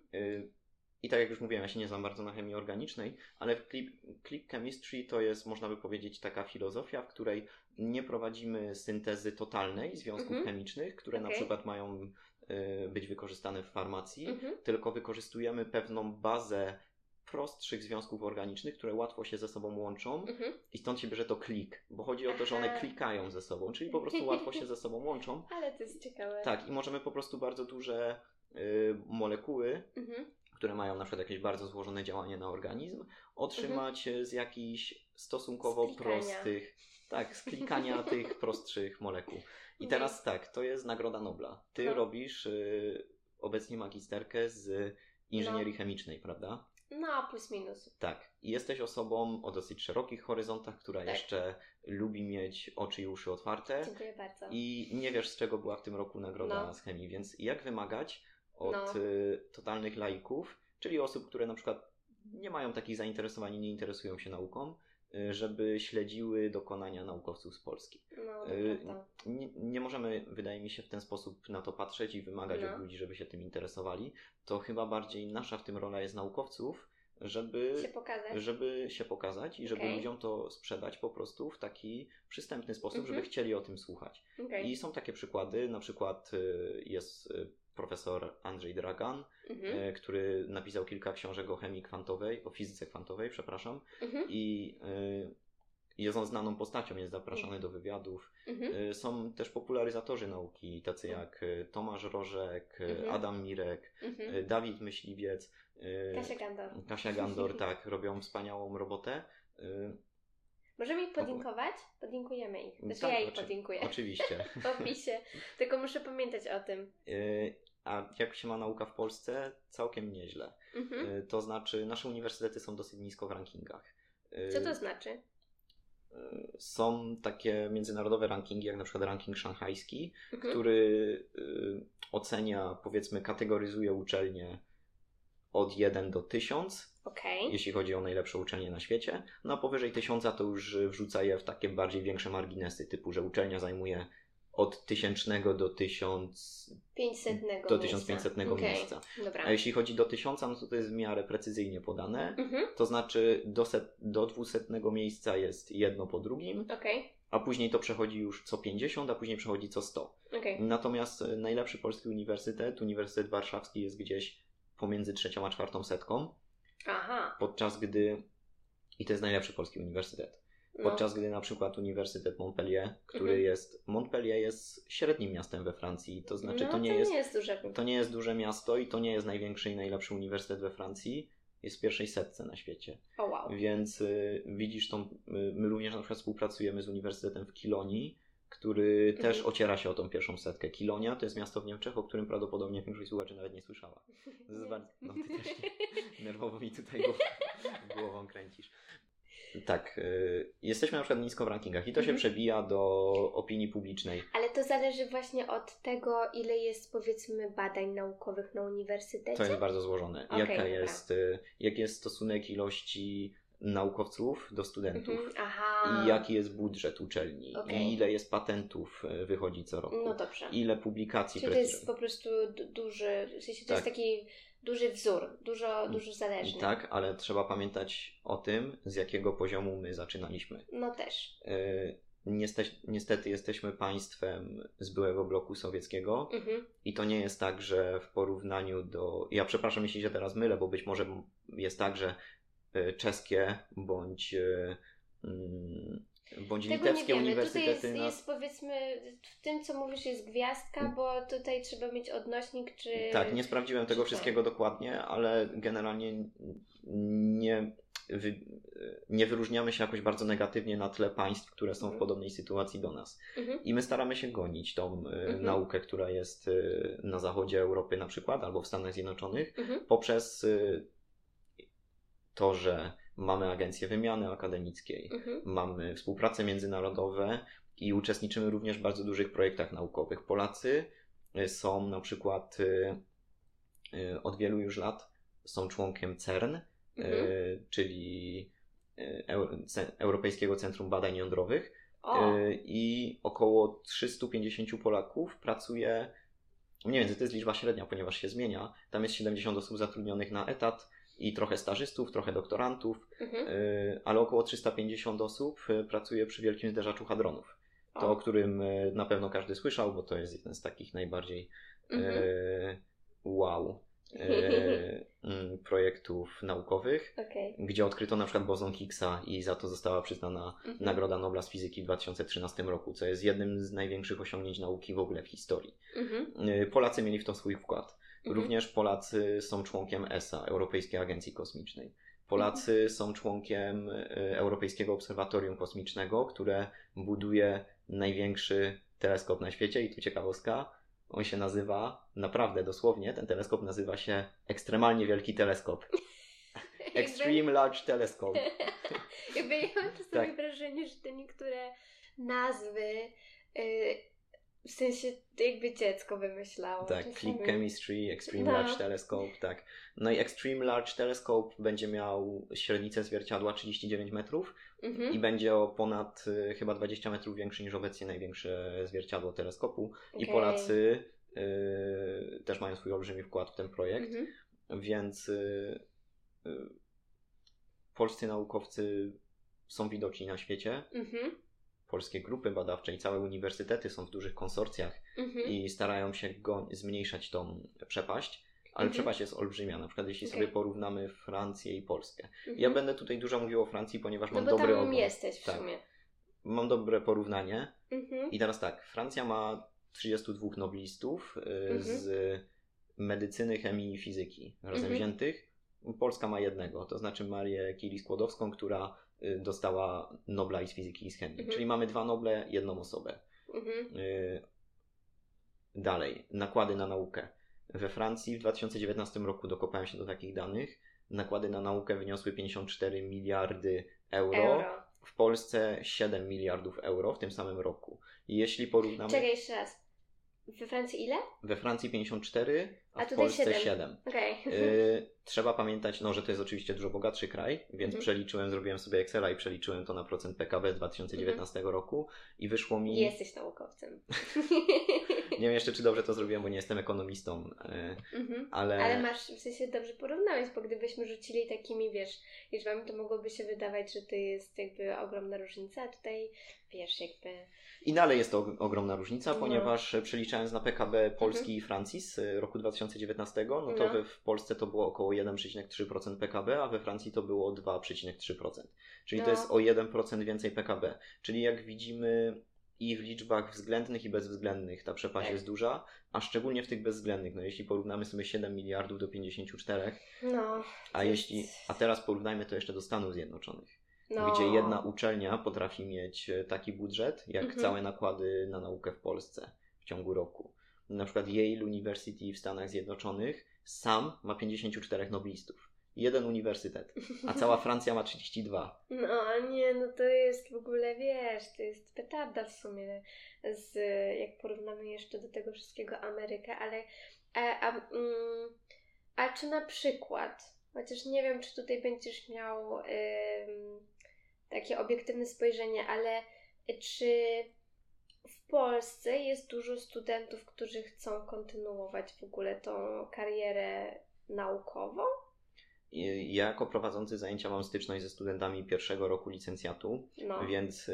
I tak jak już mówiłem, ja się nie znam bardzo na chemii organicznej, ale click, click chemistry to jest, można by powiedzieć, taka filozofia, w której nie prowadzimy syntezy totalnej związków mhm. chemicznych, które okay. na przykład mają y, być wykorzystane w farmacji, mhm. tylko wykorzystujemy pewną bazę prostszych związków organicznych, które łatwo się ze sobą łączą mhm. i stąd się bierze to klik, bo chodzi o to, że one klikają ze sobą, czyli po prostu łatwo się ze sobą łączą. Ale to jest ciekawe. Tak, i możemy po prostu bardzo duże y, molekuły, mhm. które mają na przykład jakieś bardzo złożone działanie na organizm, otrzymać mhm. z jakichś stosunkowo prostych, tak, z klikania tych prostszych molekuł. I teraz tak, to jest Nagroda Nobla. Ty no. robisz y, obecnie magisterkę z inżynierii no. chemicznej, prawda? No, plus minus. Tak. I jesteś osobą o dosyć szerokich horyzontach, która tak. jeszcze lubi mieć oczy i uszy otwarte. Dziękuję bardzo. I nie wiesz, z czego była w tym roku nagroda no. z chemii, więc jak wymagać od no. y, totalnych laików, czyli osób, które na przykład nie mają takich zainteresowań i nie interesują się nauką, y, żeby śledziły dokonania naukowców z Polski. No, y, nie, nie możemy, wydaje mi się, w ten sposób na to patrzeć i wymagać no. od ludzi, żeby się tym interesowali. To chyba bardziej nasza w tym rola jest naukowców, żeby się pokazać, żeby się pokazać i żeby okay. ludziom to sprzedać po prostu w taki przystępny sposób, mm-hmm. żeby chcieli o tym słuchać. Okay. I są takie przykłady, na przykład jest profesor Andrzej Dragan, mm-hmm. który napisał kilka książek o chemii kwantowej, o fizyce kwantowej, przepraszam, mm-hmm. i jest on znaną postacią, jest zapraszany mm-hmm. do wywiadów. Mm-hmm. Są też popularyzatorzy nauki, tacy mm-hmm. jak Tomasz Rożek, mm-hmm. Adam Mirek, mm-hmm. Dawid Myśliwiec, Kasia Gandor. Kasia Gandor, tak, robią wspaniałą robotę. Możemy ich podlinkować? Podlinkujemy ich. Znaczy tak, ja ich oczy- podlinkuję. Oczywiście. W opisie. Tylko muszę pamiętać o tym. A jak się ma nauka w Polsce? Całkiem nieźle. Mhm. To znaczy, nasze uniwersytety są dosyć nisko w rankingach. Co to znaczy? Są takie międzynarodowe rankingi, jak na przykład ranking szanghajski, mhm. który y, ocenia, powiedzmy, kategoryzuje uczelnie od jeden do tysiąc, okay. jeśli chodzi o najlepsze uczelnie na świecie. No a powyżej tysiąca to już wrzuca je w takie bardziej większe marginesy, typu, że uczelnia zajmuje od tysięcznego do tysiąc pięćsetnego do tysiąc pięćsetnego okay. miejsca. Dobra. A jeśli chodzi do tysiąca, no to to jest w miarę precyzyjnie podane. Mhm. To znaczy do, set, do dwusetnego miejsca jest jedno po drugim, okay. a później to przechodzi już co pięćdziesiąt, a później przechodzi co sto. Okay. Natomiast najlepszy polski uniwersytet, Uniwersytet Warszawski, jest gdzieś pomiędzy trzecią a czwartą setką. Aha. Podczas gdy, i to jest najlepszy polski uniwersytet, no. podczas gdy na przykład Uniwersytet Montpellier, który mhm. jest, Montpellier jest średnim miastem we Francji, to znaczy no, to, nie, to jest, nie jest duże. to nie jest duże miasto i to nie jest największy i najlepszy uniwersytet we Francji, jest w pierwszej setce na świecie. Oh, wow. Więc y, widzisz, tą, y, my również na przykład współpracujemy z Uniwersytetem w Kilonii, który mhm. też ociera się o tą pierwszą setkę. Kilonia to jest miasto w Niemczech, o którym prawdopodobnie większość słuchaczy nawet nie słyszała. To jest bardzo, no ty też nie. Nerwowo mi tutaj głową, głową kręcisz. Tak, y, jesteśmy na przykład nisko w rankingach i to Mhm. się przebija do opinii publicznej. Ale to zależy właśnie od tego, ile jest powiedzmy badań naukowych na uniwersytecie? To jest bardzo złożone. Okej, Jaka dobra. jest, y, jaki jest stosunek ilości naukowców do studentów? Mhm. Aha. I jaki jest budżet uczelni? Okej. I ile jest patentów y, wychodzi co roku? No dobrze. Ile publikacji Czyli to jest prestiżowych? po prostu du- duży, w sensie to Tak. jest taki duży wzór, dużo, dużo zależny. Tak, ale trzeba pamiętać o tym, z jakiego poziomu my zaczynaliśmy. No też. Y, niestety, niestety jesteśmy państwem z byłego bloku sowieckiego Mhm. i to nie jest tak, że w porównaniu do... Ja przepraszam, jeśli się teraz mylę, bo być może jest tak, że y, czeskie bądź, y, mm, bądź Tego nie litewskie wiemy. uniwersytety... Tutaj jest, na... jest powiedzmy, w tym co mówisz jest gwiazdka, bo tutaj trzeba mieć odnośnik, czy... Tak, nie sprawdziłem tego czy wszystkiego dokładnie, ale generalnie nie, wy, nie wyróżniamy się jakoś bardzo negatywnie na tle państw, które są w Mhm. podobnej sytuacji do nas. Mhm. I my staramy się gonić tą y, Mhm. naukę, która jest y, na zachodzie Europy na przykład, albo w Stanach Zjednoczonych, Mhm. poprzez y, to, że mamy agencję wymiany akademickiej, Mhm. mamy współprace międzynarodowe i uczestniczymy również w bardzo dużych projektach naukowych. Polacy y, są na przykład y, y, od wielu już lat są członkiem CERN, Mhm. y, czyli y, Eu- Ce- Europejskiego Centrum Badań Jądrowych. O, Y, I około trzysta pięćdziesiąt Polaków pracuje, nie wiem, to jest liczba średnia, ponieważ się zmienia. Tam jest siedemdziesiąt osób zatrudnionych na etat i trochę stażystów, trochę doktorantów, mhm. y, ale około trzysta pięćdziesiąt osób y, pracuje przy Wielkim Zderzaczu Hadronów. To, o O. którym y, na pewno każdy słyszał, bo to jest jeden z takich najbardziej Mhm. y, wow y, mm, projektów naukowych, Okej. gdzie odkryto na przykład bozon Higgsa i za to została przyznana Mhm. Nagroda Nobla z fizyki w dwa tysiące trzynastym roku, co jest jednym z największych osiągnięć nauki w ogóle w historii. Mhm. Y, Polacy mieli w to swój wkład. Mhm. Również Polacy są członkiem E S A, Europejskiej Agencji Kosmicznej. Polacy Mhm. są członkiem y, Europejskiego Obserwatorium Kosmicznego, które buduje największy teleskop na świecie i tu ciekawostka, on się nazywa, naprawdę dosłownie, ten teleskop nazywa się Ekstremalnie Wielki Teleskop. Extreme Large Telescope. Jakby ja mam czasami Tak. wrażenie, że te niektóre nazwy y, w sensie jakby dziecko wymyślało. Tak, czasami. Click Chemistry, Extreme No. Large Telescope, tak. No i Extreme Large Telescope będzie miał średnicę zwierciadła trzydzieści dziewięć metrów Mhm. i będzie o ponad y, chyba dwadzieścia metrów większy niż obecnie największe zwierciadło teleskopu. I Okej. Polacy y, też mają swój olbrzymi wkład w ten projekt, Mhm. więc y, y, polscy naukowcy są widoczni na świecie. Mhm. Polskie grupy badawcze i całe uniwersytety są w dużych konsorcjach Mhm. i starają się go zmniejszać tą przepaść, ale Mhm. przepaść jest olbrzymia. Na przykład jeśli Okej. sobie porównamy Francję i Polskę. Mhm. Ja będę tutaj dużo mówił o Francji, ponieważ No mam bo dobry tam ogląd. jesteś w Tak. sumie. Mam dobre porównanie. Mhm. I teraz tak, Francja ma trzydziestu dwóch noblistów y, Mhm. z medycyny, chemii i fizyki razem Mhm. wziętych. Polska ma jednego, to znaczy Marię Curie-Skłodowską, która y, dostała Nobla i z fizyki i z chemii. Mhm. Czyli mamy dwa Noble, jedną osobę. Mhm. Y, Dalej, nakłady na naukę. We Francji w dwa tysiące dziewiętnastym roku dokopałem się do takich danych. Nakłady na naukę wyniosły pięćdziesiąt cztery miliardy euro. Euro. W Polsce siedem miliardów euro w tym samym roku. I jeśli porównamy... Czekaj jeszcze raz. We Francji ile? We Francji pięćdziesiąt cztery, a, A w tutaj Polsce siedem. siedem. Okej. Y, trzeba pamiętać, no, że to jest oczywiście dużo bogatszy kraj, więc Mhm. przeliczyłem, zrobiłem sobie Excela i przeliczyłem to na procent P K B z dwa tysiące dziewiętnastego roku i wyszło mi... Jesteś naukowcem. Nie wiem jeszcze, czy dobrze to zrobiłem, bo nie jestem ekonomistą, y, Mhm. ale... Ale masz, w sensie dobrze porównałeś, bo gdybyśmy rzucili takimi, wiesz, liczbami, to mogłoby się wydawać, że to jest jakby ogromna różnica, a tutaj, wiesz, jakby... I dalej jest to og- ogromna różnica, No. ponieważ e, przeliczając na P K B Polski i Francji z e, roku dwa tysiące dziewiętnastego, no to No. we, w Polsce to było około jeden przecinek trzy procent P K B, a we Francji to było dwa przecinek trzy procent. Czyli No. to jest o jeden procent więcej P K B. Czyli jak widzimy i w liczbach względnych i bezwzględnych ta przepaść Tak. jest duża, a szczególnie w tych bezwzględnych. No jeśli porównamy sobie siedem miliardów do pięćdziesięciu czterech, No. a to jeśli, jest- a teraz porównajmy to jeszcze do Stanów Zjednoczonych. no. Gdzie jedna uczelnia potrafi mieć e, taki budżet, jak Mhm. całe nakłady na naukę w Polsce w ciągu roku. Na przykład Yale University w Stanach Zjednoczonych sam ma pięćdziesięciu czterech noblistów. jeden uniwersytet, a cała Francja ma trzydzieści dwa. No nie, no to jest w ogóle, wiesz, to jest petarda w sumie, z, jak porównamy jeszcze do tego wszystkiego Amerykę, ale a, a, mm, a czy na przykład, chociaż nie wiem, czy tutaj będziesz miał ym, takie obiektywne spojrzenie, ale czy w Polsce jest dużo studentów, którzy chcą kontynuować w ogóle tą karierę naukową? Ja jako prowadzący zajęcia mam styczność ze studentami pierwszego roku licencjatu, no. Więc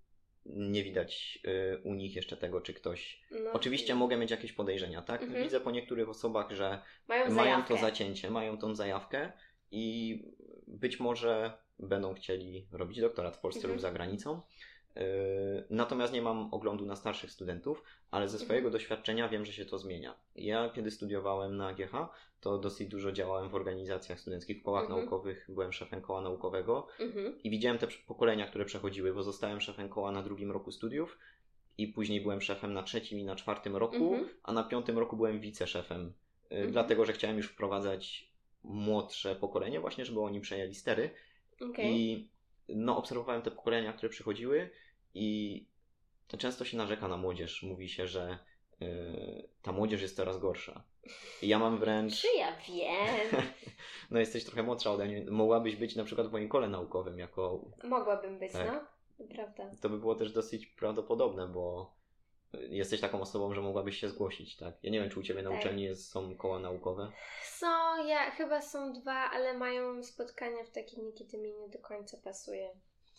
nie widać u nich jeszcze tego, czy ktoś... No. Oczywiście mogę mieć jakieś podejrzenia, tak? Mhm. Widzę po niektórych osobach, że mają, mają to zacięcie, mają tą zajawkę i być może będą chcieli robić doktorat w Polsce mhm. lub za granicą. Natomiast nie mam oglądu na starszych studentów, ale ze swojego mhm. doświadczenia wiem, że się to zmienia. Ja kiedy studiowałem na A G H, to dosyć dużo działałem w organizacjach studenckich, w kołach mhm. naukowych, byłem szefem koła naukowego mhm. i widziałem te pokolenia, które przechodziły, bo zostałem szefem koła na drugim roku studiów i później byłem szefem na trzecim i na czwartym roku, mhm. a na piątym roku byłem wiceszefem, mhm. dlatego, że chciałem już wprowadzać młodsze pokolenie, właśnie żeby oni przejęli stery. Okay. I no, obserwowałem te pokolenia, które przychodziły i to często się narzeka na młodzież. Mówi się, że yy, ta młodzież jest coraz gorsza. I ja mam wręcz... Czy ja wiem? No jesteś trochę młodsza ode mnie. Mogłabyś być na przykład w moim kole naukowym jako... Mogłabym być, tak. no. To prawda. To by było też dosyć prawdopodobne, bo jesteś taką osobą, że mogłabyś się zgłosić, tak? Ja nie wiem, czy u Ciebie na tak. uczelni jest, są koła naukowe? Są, ja chyba są dwa, ale mają spotkania w takim dniu, kiedy mi nie do końca pasuje.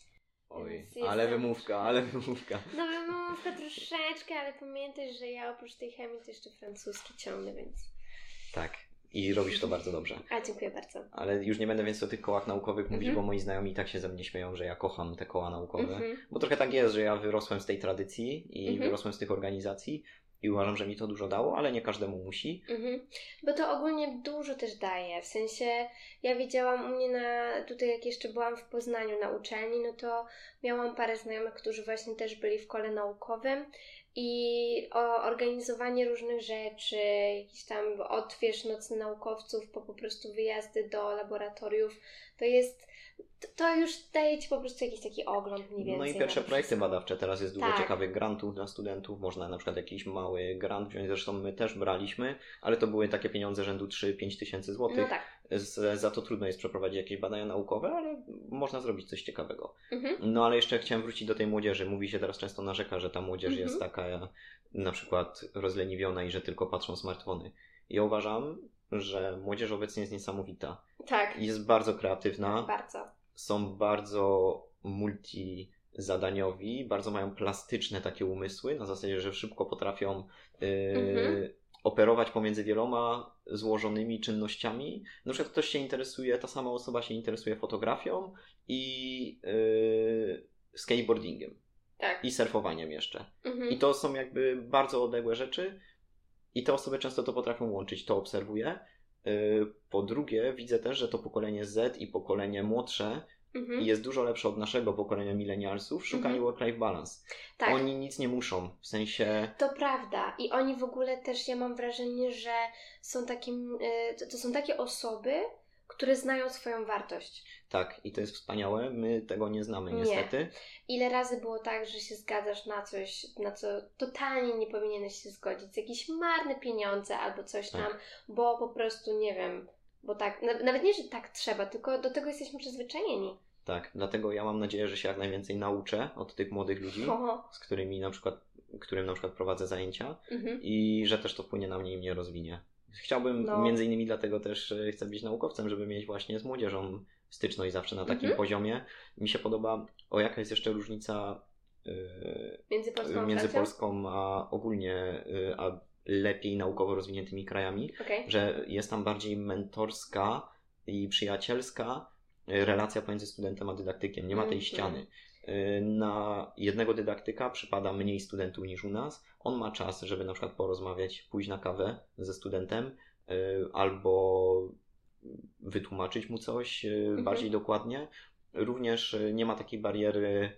Oj, ale wymówka, ale wymówka. No wymówka troszeczkę, ale pamiętaj, że ja oprócz tej chemii to jeszcze francuski ciągnę, więc... Tak. I robisz to bardzo dobrze. A, dziękuję bardzo. Ale już nie będę więc o tych kołach naukowych mówić, mm-hmm. bo moi znajomi tak się ze mnie śmieją, że ja kocham te koła naukowe. Mm-hmm. Bo trochę tak jest, że ja wyrosłem z tej tradycji i mm-hmm. wyrosłem z tych organizacji i uważam, że mi to dużo dało, ale nie każdemu musi. Mm-hmm. Bo to ogólnie dużo też daje. W sensie ja widziałam u mnie na, tutaj jak jeszcze byłam w Poznaniu na uczelni, no to miałam parę znajomych, którzy właśnie też byli w kole naukowym. I o organizowanie różnych rzeczy, jakiś tam odwierz nocny naukowców po po prostu wyjazdy do laboratoriów, to jest, to już daje Ci po prostu jakiś taki ogląd mniej więcej. No i pierwsze projekty badawcze, teraz jest dużo tak. ciekawych grantów dla studentów, można na przykład jakiś mały grant wziąć, zresztą my też braliśmy, ale to były takie pieniądze rzędu trzy pięć tysięcy złotych. No tak. Z, za to trudno jest przeprowadzić jakieś badania naukowe, ale można zrobić coś ciekawego. Mhm. No ale jeszcze chciałem wrócić do tej młodzieży. Mówi się teraz często narzeka, że ta młodzież mhm. jest taka na przykład rozleniwiona i że tylko patrzą smartfony. Ja uważam, że młodzież obecnie jest niesamowita. Tak. Jest bardzo kreatywna. Bardzo. Są bardzo multizadaniowi, bardzo mają plastyczne takie umysły, na zasadzie, że szybko potrafią yy, mhm. operować pomiędzy wieloma złożonymi czynnościami. Na przykład ktoś się interesuje, ta sama osoba się interesuje fotografią i yy, skateboardingiem. Tak. I surfowaniem jeszcze. Mhm. I to są jakby bardzo odległe rzeczy i te osoby często to potrafią łączyć, to obserwuję. Yy, po drugie widzę też, że to pokolenie Z i pokolenie młodsze mhm. jest dużo lepsze od naszego pokolenia millennialsów w szukaniu mhm. work-life balance. Tak. Oni nic nie muszą, w sensie... To prawda. I oni w ogóle też, ja mam wrażenie, że są takim, yy, to są takie osoby, które znają swoją wartość. Tak, i to jest wspaniałe. My tego nie znamy niestety. Nie. Ile razy było tak, że się zgadzasz na coś, na co totalnie nie powinieneś się zgodzić, jakieś marne pieniądze albo coś tak. tam, bo po prostu nie wiem, bo tak, nawet nie, że tak trzeba, tylko do tego jesteśmy przyzwyczajeni. Tak, dlatego ja mam nadzieję, że się jak najwięcej nauczę od tych młodych ludzi, Oho. z którymi na przykład, którym na przykład prowadzę zajęcia mhm. i że też to wpłynie na mnie i mnie rozwinie. Chciałbym, no. między innymi dlatego też chcę być naukowcem, żeby mieć właśnie z młodzieżą styczność zawsze na takim mm-hmm. poziomie. Mi się podoba, o jaka jest jeszcze różnica yy, między Polską, między Polską a ogólnie, yy, a lepiej naukowo rozwiniętymi krajami, okay. że jest tam bardziej mentorska i przyjacielska relacja pomiędzy studentem a dydaktykiem. Nie ma tej mm-hmm. ściany. Na jednego dydaktyka przypada mniej studentów niż u nas. On ma czas, żeby na przykład porozmawiać, pójść na kawę ze studentem albo wytłumaczyć mu coś mhm. bardziej dokładnie. Również nie ma takiej bariery,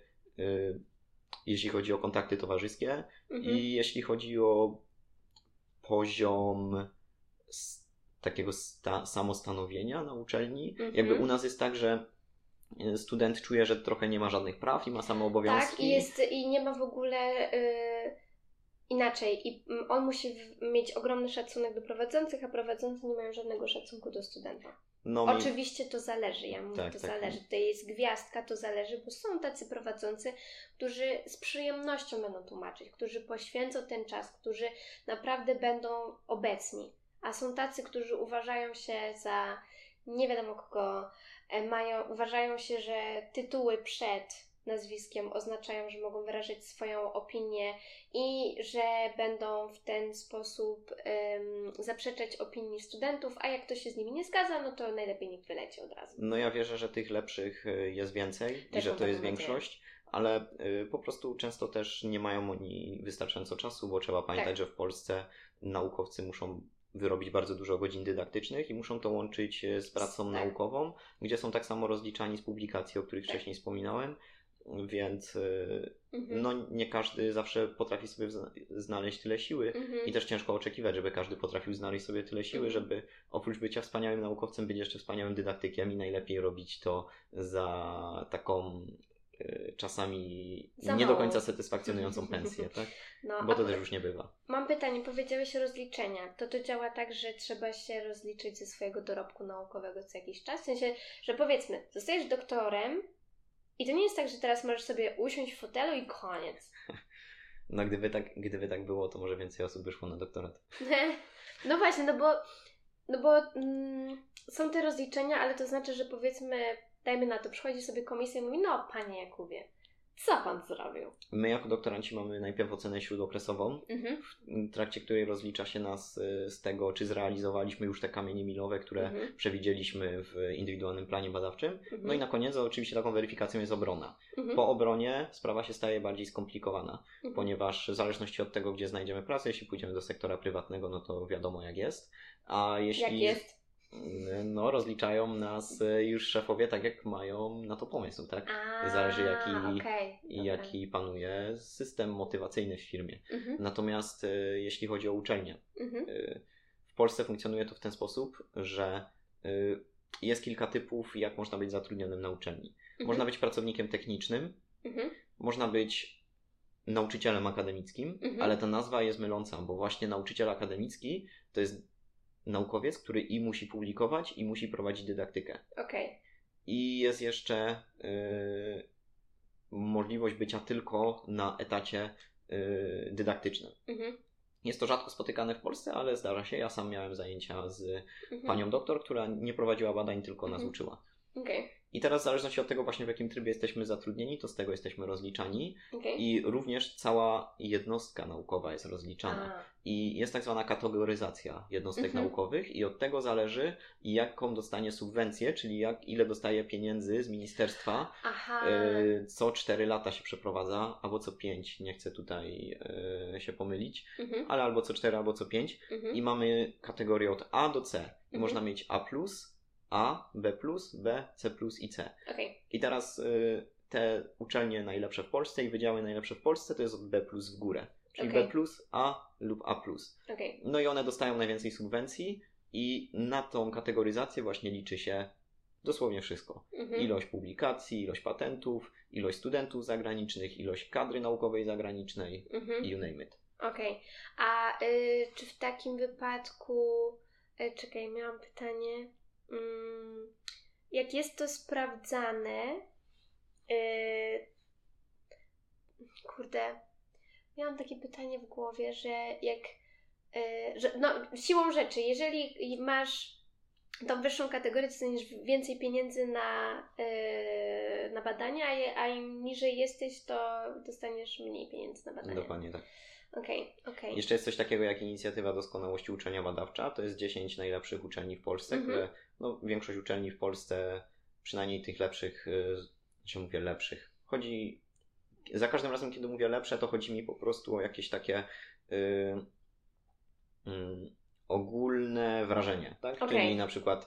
jeśli chodzi o kontakty towarzyskie mhm. i jeśli chodzi o poziom takiego sta- samostanowienia na uczelni. Mhm. Jakby u nas jest tak, że student czuje, że trochę nie ma żadnych praw i ma same obowiązki. Tak, i, jest, i nie ma w ogóle y, inaczej. I on musi w, mieć ogromny szacunek do prowadzących, a prowadzący nie mają żadnego szacunku do studenta. No, Oczywiście to zależy, ja mówię, tak, to tak. zależy. Tutaj jest gwiazdka, to zależy, bo są tacy prowadzący, którzy z przyjemnością będą tłumaczyć, którzy poświęcą ten czas, którzy naprawdę będą obecni. A są tacy, którzy uważają się za nie wiadomo kogo, mają, uważają się, że tytuły przed nazwiskiem oznaczają, że mogą wyrażać swoją opinię i że będą w ten sposób um, zaprzeczać opinii studentów, a jak ktoś się z nimi nie zgadza, no to najlepiej nikt wyleci od razu. No ja wierzę, że tych lepszych jest więcej Też i że to jest nadzieję. większość, ale y, po prostu często też nie mają oni wystarczająco czasu, bo trzeba pamiętać, Tak. że w Polsce naukowcy muszą wyrobić bardzo dużo godzin dydaktycznych i muszą to łączyć z pracą Tak. naukową, gdzie są tak samo rozliczani z publikacji, o których Tak. wcześniej wspominałem, więc y, Mhm. no nie każdy zawsze potrafi sobie zna- znaleźć tyle siły Mhm. i też ciężko oczekiwać, żeby każdy potrafił znaleźć sobie tyle siły, Mhm. żeby oprócz bycia wspaniałym naukowcem być jeszcze wspaniałym dydaktykiem i najlepiej robić to za taką y, czasami Za nie do mało. końca satysfakcjonującą pensję, tak? No, Bo a to też już nie bywa. mam pytanie, powiedziałeś rozliczenia. To to działa tak, że trzeba się rozliczyć ze swojego dorobku naukowego co jakiś czas? W sensie, że powiedzmy, zostajesz doktorem i to nie jest tak, że teraz możesz sobie usiąść w fotelu i koniec. No gdyby tak, gdyby tak było, to może więcej osób by szło na doktorat. No właśnie, no bo, no bo mm, są te rozliczenia, ale to znaczy, że powiedzmy, dajmy na to, przychodzi sobie komisja i mówi, no panie Jakubie, co pan zrobił? My jako doktoranci mamy najpierw ocenę śródokresową, Mhm. w trakcie której rozlicza się nas y, z tego, czy zrealizowaliśmy już te kamienie milowe, które Mhm. przewidzieliśmy w indywidualnym planie badawczym. Mhm. No i na koniec oczywiście taką weryfikacją jest obrona. Mhm. Po obronie sprawa się staje bardziej skomplikowana, Mhm. ponieważ w zależności od tego, gdzie znajdziemy pracę, jeśli pójdziemy do sektora prywatnego, no to wiadomo jak jest. A jeśli Jak jest? no rozliczają nas y, już szefowie tak, jak mają na to pomysł, tak? A, Zależy jaki, okej, i dobra. jaki panuje system motywacyjny w firmie. Mhm. Natomiast y, jeśli chodzi o uczelnię, Mhm. y, w Polsce funkcjonuje to w ten sposób, że y, jest kilka typów, jak można być zatrudnionym na uczelni. Mhm. Można być pracownikiem technicznym, Mhm. można być nauczycielem akademickim, Mhm. ale ta nazwa jest myląca, bo właśnie nauczyciel akademicki to jest naukowiec, który i musi publikować, i musi prowadzić dydaktykę. Okej. I jest jeszcze y, możliwość bycia tylko na etacie y, dydaktycznym. Mhm. Jest to rzadko spotykane w Polsce, ale zdarza się. Ja sam miałem zajęcia z Mhm. panią doktor, która nie prowadziła badań, tylko nas Mhm. uczyła. Okej. I teraz w zależności od tego właśnie w jakim trybie jesteśmy zatrudnieni, to z tego jesteśmy rozliczani. Okej. I również cała jednostka naukowa jest rozliczana. A. I jest tak zwana kategoryzacja jednostek Mhm. naukowych i od tego zależy, jaką dostanie subwencję, czyli jak, ile dostaje pieniędzy z ministerstwa. Aha. Yy, co cztery lata się przeprowadza, albo co pięć, nie chcę tutaj yy, się pomylić, Mhm. ale albo co cztery, albo co pięć. Mhm. I mamy kategorię od A do C. I Mhm. można mieć A plus, A, B plus, B, C plus i C. Okej. I teraz yy, te uczelnie najlepsze w Polsce i wydziały najlepsze w Polsce to jest od B plus w górę. Czyli Okej. B plus, A lub A plus. Okej. No i one dostają najwięcej subwencji i na tą kategoryzację właśnie liczy się dosłownie wszystko. Mhm. Ilość publikacji, ilość patentów, ilość studentów zagranicznych, ilość kadry naukowej zagranicznej, Mhm. you name it. Okej. A y, czy w takim wypadku... Y, czekaj, miałam pytanie. Mm, jak jest to sprawdzane... Y, kurde... Miałam takie pytanie w głowie, że jak... Y, że, no, siłą rzeczy, jeżeli masz tą wyższą kategorię, to dostaniesz więcej pieniędzy na, y, na badania, a, je, a im niżej jesteś, to dostaniesz mniej pieniędzy na badania. Dokładnie tak. Okej, okej. Jeszcze jest coś takiego jak inicjatywa doskonałości uczelnia badawcza. To jest dziesięć najlepszych uczelni w Polsce, Mhm. które, no większość uczelni w Polsce, przynajmniej tych lepszych, y, znaczy mówię lepszych, chodzi, za każdym razem kiedy mówię lepsze, to chodzi mi po prostu o jakieś takie y, y, ogólne wrażenie, tak? Okej. Czyli na przykład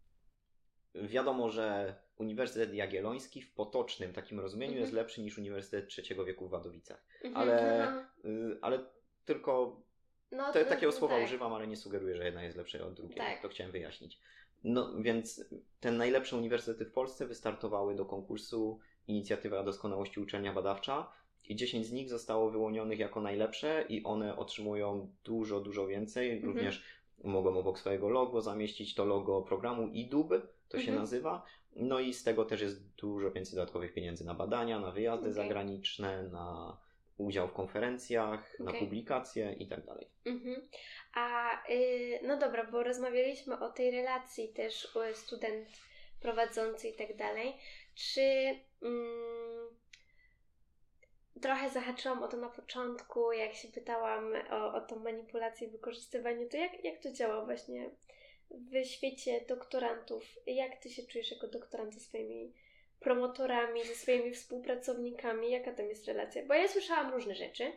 wiadomo, że Uniwersytet Jagielloński w potocznym takim rozumieniu Mhm. jest lepszy niż Uniwersytet trzeciego wieku w Wadowicach. Mhm, ale- aha. Y, ale tylko No, to, no, takiego no, słowa tak. używam, ale nie sugeruję, że jedna jest lepsza od drugiej. Tak. To chciałem wyjaśnić. No więc te najlepsze uniwersytety w Polsce wystartowały do konkursu Inicjatywa Doskonałości Uczelnia Badawcza i dziesięć z nich zostało wyłonionych jako najlepsze i one otrzymują dużo, dużo więcej. Mhm. Również mogą obok swojego logo zamieścić to logo programu I D U B, to się Mhm. nazywa. No i z tego też jest dużo więcej dodatkowych pieniędzy na badania, na wyjazdy Okay. zagraniczne, na udział w konferencjach, Okay. na publikacje i tak dalej. Mhm. A y, no dobra, bo rozmawialiśmy o tej relacji też y, student prowadzący i tak dalej. Czy mm, trochę zahaczyłam o to na początku, jak się pytałam o, o tą manipulację i wykorzystywanie, to jak, jak to działa właśnie w świecie doktorantów? Jak ty się czujesz jako doktorant ze swoimi promotorami, ze swoimi współpracownikami? Jaka tam jest relacja? Bo ja słyszałam różne rzeczy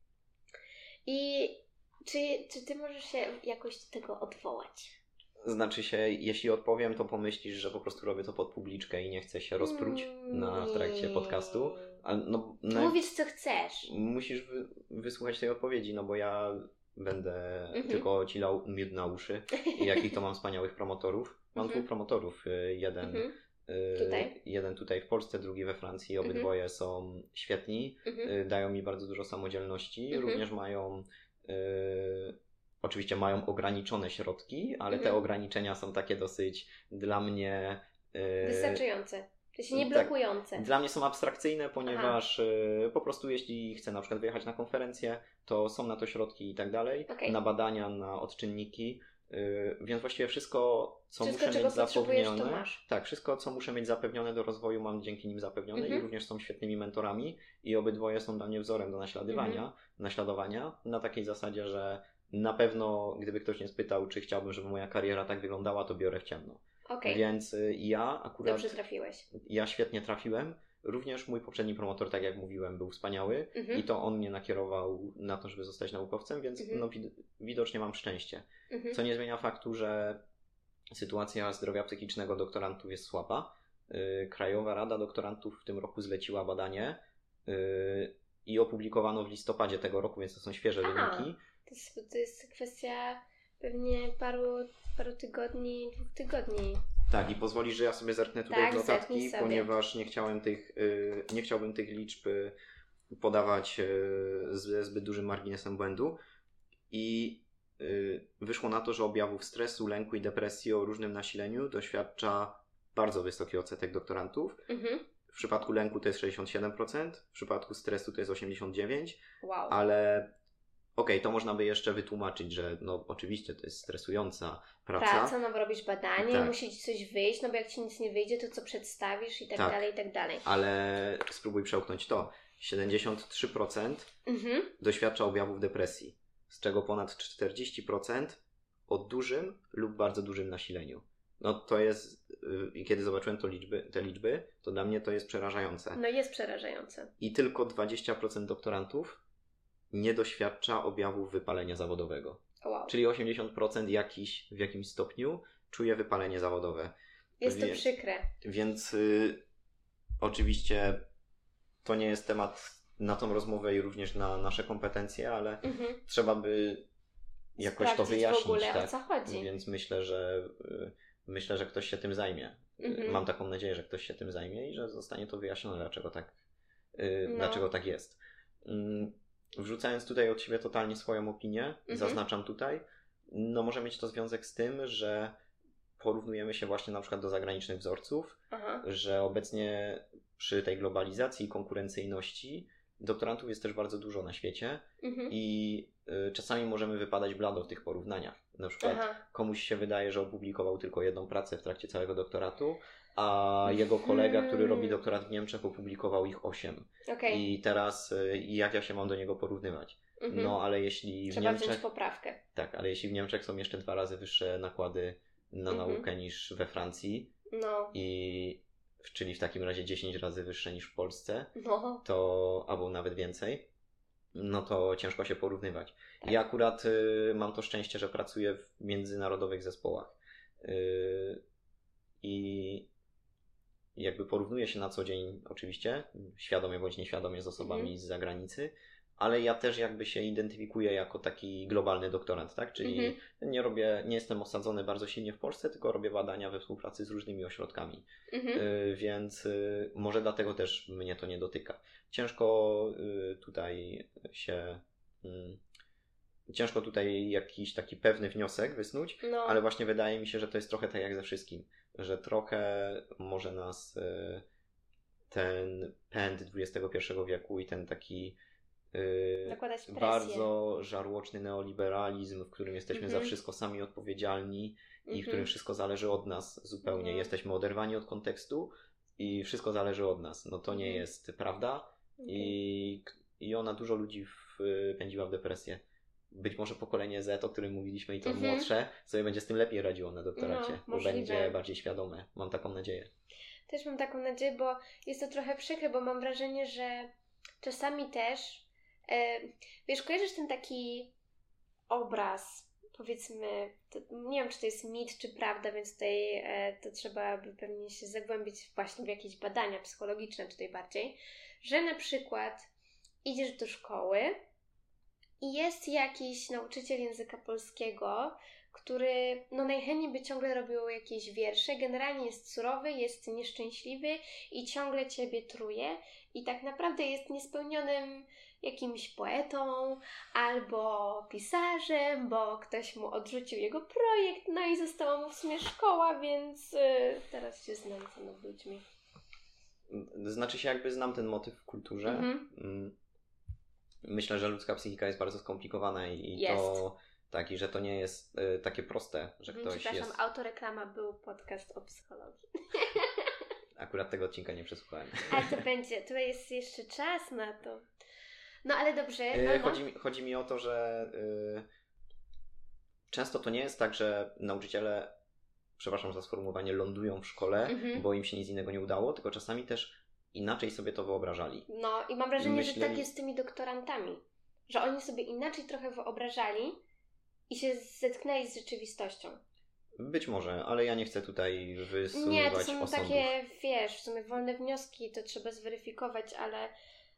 i czy, czy ty możesz się jakoś do tego odwołać? Znaczy się, jeśli odpowiem, to pomyślisz, że po prostu robię to pod publiczkę i nie chcę się rozpruć na, w trakcie podcastu. A no, no, Mówisz, co chcesz. Musisz wy, wysłuchać tej odpowiedzi, no bo ja będę Mhm. tylko ci lał miód na uszy. I jakich to mam wspaniałych promotorów. Mam Mhm. dwóch promotorów. Jeden, Mhm. y, Tutaj? jeden tutaj w Polsce, drugi we Francji. Obydwoje mhm. są świetni. Mhm. Y, dają mi bardzo dużo samodzielności. Mhm. Również mają... Y, oczywiście mają ograniczone środki, ale mhm. te ograniczenia są takie dosyć dla mnie... Y, Wystarczające. To się nie blokujące. Tak, dla mnie są abstrakcyjne, ponieważ y, po prostu jeśli chcę na przykład wyjechać na konferencję, to są na to środki i tak dalej, okay. na badania, na odczynniki, y, więc właściwie wszystko, co wszystko, muszę czego mieć zapewnione, to masz. Tak, wszystko, co muszę mieć zapewnione do rozwoju, mam dzięki nim zapewnione mhm. i również są świetnymi mentorami i obydwoje są dla mnie wzorem do naśladowania, mhm. naśladowania na takiej zasadzie, że na pewno, gdyby ktoś mnie spytał, czy chciałbym, żeby moja kariera tak wyglądała, to biorę w ciemno. Okay. Więc ja akurat... Dobrze trafiłeś. Ja świetnie trafiłem. Również mój poprzedni promotor, tak jak mówiłem, był wspaniały mhm. i to on mnie nakierował na to, żeby zostać naukowcem, więc mhm. no, wid- widocznie mam szczęście. Mhm. Co nie zmienia faktu, że sytuacja zdrowia psychicznego doktorantów jest słaba. Yy, Krajowa Rada Doktorantów w tym roku zleciła badanie yy, i opublikowano w listopadzie tego roku, więc to są świeże Aha, wyniki. To jest, to jest kwestia pewnie paru, paru tygodni, dwóch tygodni. Tak, i pozwolisz, że ja sobie zerknę tutaj tak, w notatki, sobie. ponieważ nie chciałem tych, yy, nie chciałbym tych liczb podawać yy, z zbyt dużym marginesem błędu. I yy, wyszło na to, że objawów stresu, lęku i depresji o różnym nasileniu doświadcza bardzo wysoki odsetek doktorantów. Mhm. W przypadku lęku to jest sześćdziesiąt siedem procent, w przypadku stresu to jest osiemdziesiąt dziewięć procent, wow. ale okej, okay, to można by jeszcze wytłumaczyć, że no oczywiście to jest stresująca praca. Praca, no bo robisz badanie, tak. musi ci coś wyjść, no bo jak ci nic nie wyjdzie, to co przedstawisz i tak, tak. dalej, i tak dalej. Ale spróbuj przełknąć to. siedemdziesiąt trzy procent mhm. doświadcza objawów depresji, z czego ponad czterdzieści procent o dużym lub bardzo dużym nasileniu. No to jest, kiedy zobaczyłem to liczby, te liczby, to dla mnie to jest przerażające. No jest przerażające. I tylko dwadzieścia procent doktorantów nie doświadcza objawów wypalenia zawodowego. Wow. Czyli osiemdziesiąt procent jakiś, w jakimś stopniu czuje wypalenie zawodowe. Jest to więc, przykre. Więc y, oczywiście to nie jest temat na tą rozmowę i również na nasze kompetencje, ale mhm. trzeba by jakoś sprawdzić to wyjaśnić. w ogóle, tak? o co chodzi. Więc myślę, że y, myślę, że ktoś się tym zajmie. Mhm. Mam taką nadzieję, że ktoś się tym zajmie i że zostanie to wyjaśnione, dlaczego tak, y, no. dlaczego tak jest. Y, Wrzucając tutaj od siebie totalnie swoją opinię, mhm. zaznaczam tutaj, no może mieć to związek z tym, że porównujemy się właśnie na przykład do zagranicznych wzorców, Aha. że obecnie przy tej globalizacji i konkurencyjności doktorantów jest też bardzo dużo na świecie mhm. i y, czasami możemy wypadać blado w tych porównaniach. Na przykład Aha. komuś się wydaje, że opublikował tylko jedną pracę w trakcie całego doktoratu, a jego kolega, który robi doktorat w Niemczech, opublikował ich osiem. Okay. I teraz y, jak ja się mam do niego porównywać? Mhm. No ale jeśli Trzeba w Niemczech... wziąć poprawkę. Tak, ale jeśli w Niemczech są jeszcze dwa razy wyższe nakłady na mhm. naukę niż we Francji, no. i czyli w takim razie dziesięć razy wyższe niż w Polsce, no. to albo nawet więcej, no to ciężko się porównywać. Tak. Ja akurat y, mam to szczęście, że pracuję w międzynarodowych zespołach y, i jakby porównuję się na co dzień oczywiście, świadomie bądź nieświadomie z osobami mm. z zagranicy, ale ja też jakby się identyfikuję jako taki globalny doktorant, tak? Czyli mhm. nie robię, nie jestem osadzony bardzo silnie w Polsce, tylko robię badania we współpracy z różnymi ośrodkami. Mhm. Y, więc y, może dlatego też mnie to nie dotyka. Ciężko y, tutaj się... Y, ciężko tutaj jakiś taki pewny wniosek wysnuć, no. ale właśnie wydaje mi się, że to jest trochę tak jak ze wszystkim, że trochę może nas y, ten pęd dwudziestego pierwszego wieku i ten taki Nakładać presję. bardzo żarłoczny neoliberalizm, w którym jesteśmy mm-hmm. za wszystko sami odpowiedzialni i mm-hmm. w którym wszystko zależy od nas zupełnie. Mm-hmm. Jesteśmy oderwani od kontekstu i wszystko zależy od nas. No to mm-hmm. nie jest prawda okay. i, i ona dużo ludzi wpędziła w depresję. Być może pokolenie Z, o którym mówiliśmy i to mm-hmm. młodsze, sobie będzie z tym lepiej radziło na doktoracie, no, bo możliwe. Będzie bardziej świadome. Mam taką nadzieję. Też mam taką nadzieję, bo jest to trochę przykre, bo mam wrażenie, że czasami też wiesz, kojarzysz ten taki obraz, powiedzmy, to, nie wiem, czy to jest mit, czy prawda, więc tutaj e, to trzeba by pewnie się zagłębić właśnie w jakieś badania psychologiczne tutaj bardziej, że na przykład idziesz do szkoły i jest jakiś nauczyciel języka polskiego, który no najchętniej by ciągle robił jakieś wiersze, generalnie jest surowy, jest nieszczęśliwy i ciągle Ciebie truje i tak naprawdę jest niespełnionym jakimś poetą albo pisarzem, bo ktoś mu odrzucił jego projekt, no i została mu w sumie szkoła, więc yy, teraz się znęcę nad ludźmi. Znaczy się jakby znam ten motyw w kulturze. Mhm. Myślę, że ludzka psychika jest bardzo skomplikowana i jest. to tak, i że to nie jest y, takie proste, że ktoś Przepraszam, jest... autoreklama, był podcast o psychologii. Akurat tego odcinka nie przesłuchałem. Ale to będzie, to jest jeszcze czas na to. No ale dobrze. No, no. Chodzi, mi, chodzi mi o to, że y, często to nie jest tak, że nauczyciele, przepraszam za sformułowanie, lądują w szkole, mm-hmm. bo im się nic innego nie udało, tylko czasami też inaczej sobie to wyobrażali. No i mam wrażenie, Myśleli... że tak jest z tymi doktorantami. Że oni sobie inaczej trochę wyobrażali i się zetknęli z rzeczywistością. Być może, ale ja nie chcę tutaj wysuwać Nie, to są osądów. takie, wiesz, w sumie wolne wnioski, to trzeba zweryfikować, ale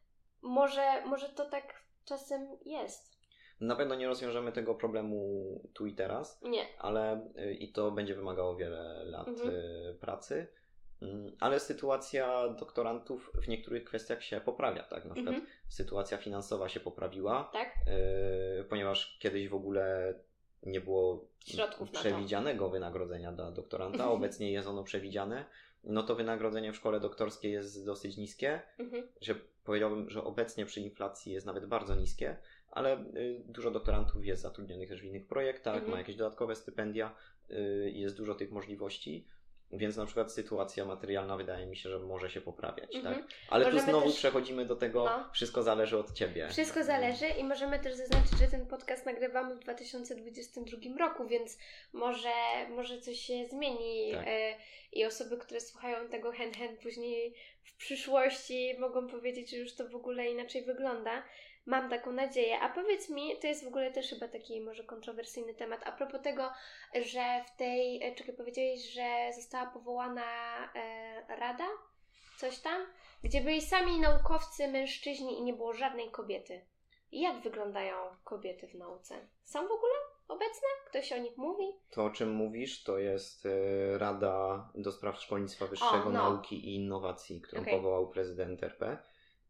może, może to tak czasem jest. Na pewno nie rozwiążemy tego problemu tu i teraz. Nie. Ale i to będzie wymagało wiele lat mhm. pracy. Ale sytuacja doktorantów w niektórych kwestiach się poprawia, tak? Na przykład mhm. sytuacja finansowa się poprawiła, tak? Yy, ponieważ kiedyś w ogóle nie było środków przewidzianego wynagrodzenia dla doktoranta, mhm. obecnie jest ono przewidziane. No to wynagrodzenie w szkole doktorskiej jest dosyć niskie, mhm. że powiedziałbym, że obecnie przy inflacji jest nawet bardzo niskie, ale y, dużo doktorantów jest zatrudnionych też w innych projektach, mhm. ma jakieś dodatkowe stypendia, y, jest dużo tych możliwości. Więc na przykład sytuacja materialna wydaje mi się, że może się poprawiać, mm-hmm. tak? Ale możemy tu znowu też... przechodzimy do tego, no. wszystko zależy od Ciebie. Wszystko zależy i możemy też zaznaczyć, że ten podcast nagrywamy w dwa tysiące dwudziestym drugim roku, więc może, może coś się zmieni tak. y, i osoby, które słuchają tego hen hen później w przyszłości mogą powiedzieć, że już to w ogóle inaczej wygląda. Mam taką nadzieję. A powiedz mi, to jest w ogóle też chyba taki może kontrowersyjny temat, a propos tego, że w tej, czekaj, powiedziałeś, że została powołana e, rada, coś tam, gdzie byli sami naukowcy, mężczyźni i nie było żadnej kobiety. Jak wyglądają kobiety w nauce? Są w ogóle obecne? Ktoś o nich mówi? To, o czym mówisz, to jest e, Rada do Spraw Szkolnictwa Wyższego, o, no. Nauki i Innowacji, którą okay. powołał prezydent R P.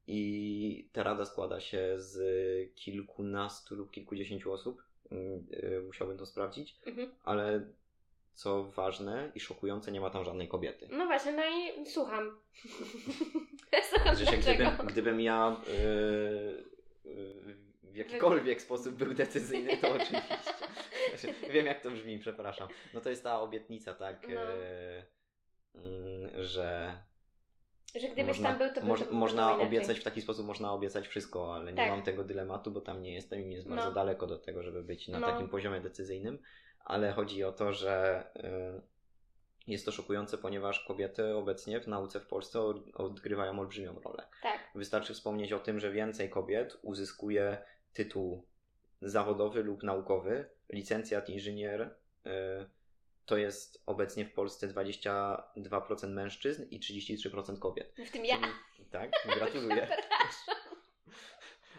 I ta rada składa się z kilkunastu lub kilkudziesięciu osób. Musiałbym to sprawdzić. Mhm. Ale co ważne i szokujące, nie ma tam żadnej kobiety. No właśnie, no i słucham. słucham że się, gdybym, gdybym ja yy, yy, w jakikolwiek sposób był decyzyjny, to oczywiście. Wiem, jak to brzmi, przepraszam. No to jest ta obietnica, tak, no. yy, że... Że gdybyś można, tam był, to by moż, to Można inaczej. obiecać w taki sposób, można obiecać wszystko, ale tak. nie mam tego dylematu, bo tam nie jestem i mi jest no. bardzo daleko do tego, żeby być na no. takim poziomie decyzyjnym, ale chodzi o to, że y, jest to szokujące, ponieważ kobiety obecnie w nauce w Polsce odgrywają olbrzymią rolę. Tak. Wystarczy wspomnieć o tym, że więcej kobiet uzyskuje tytuł zawodowy lub naukowy, licencjat, inżynier, y, to jest obecnie w Polsce dwadzieścia dwa procent mężczyzn i trzydzieści trzy procent kobiet. W tym ja. Czyli, tak, gratuluję.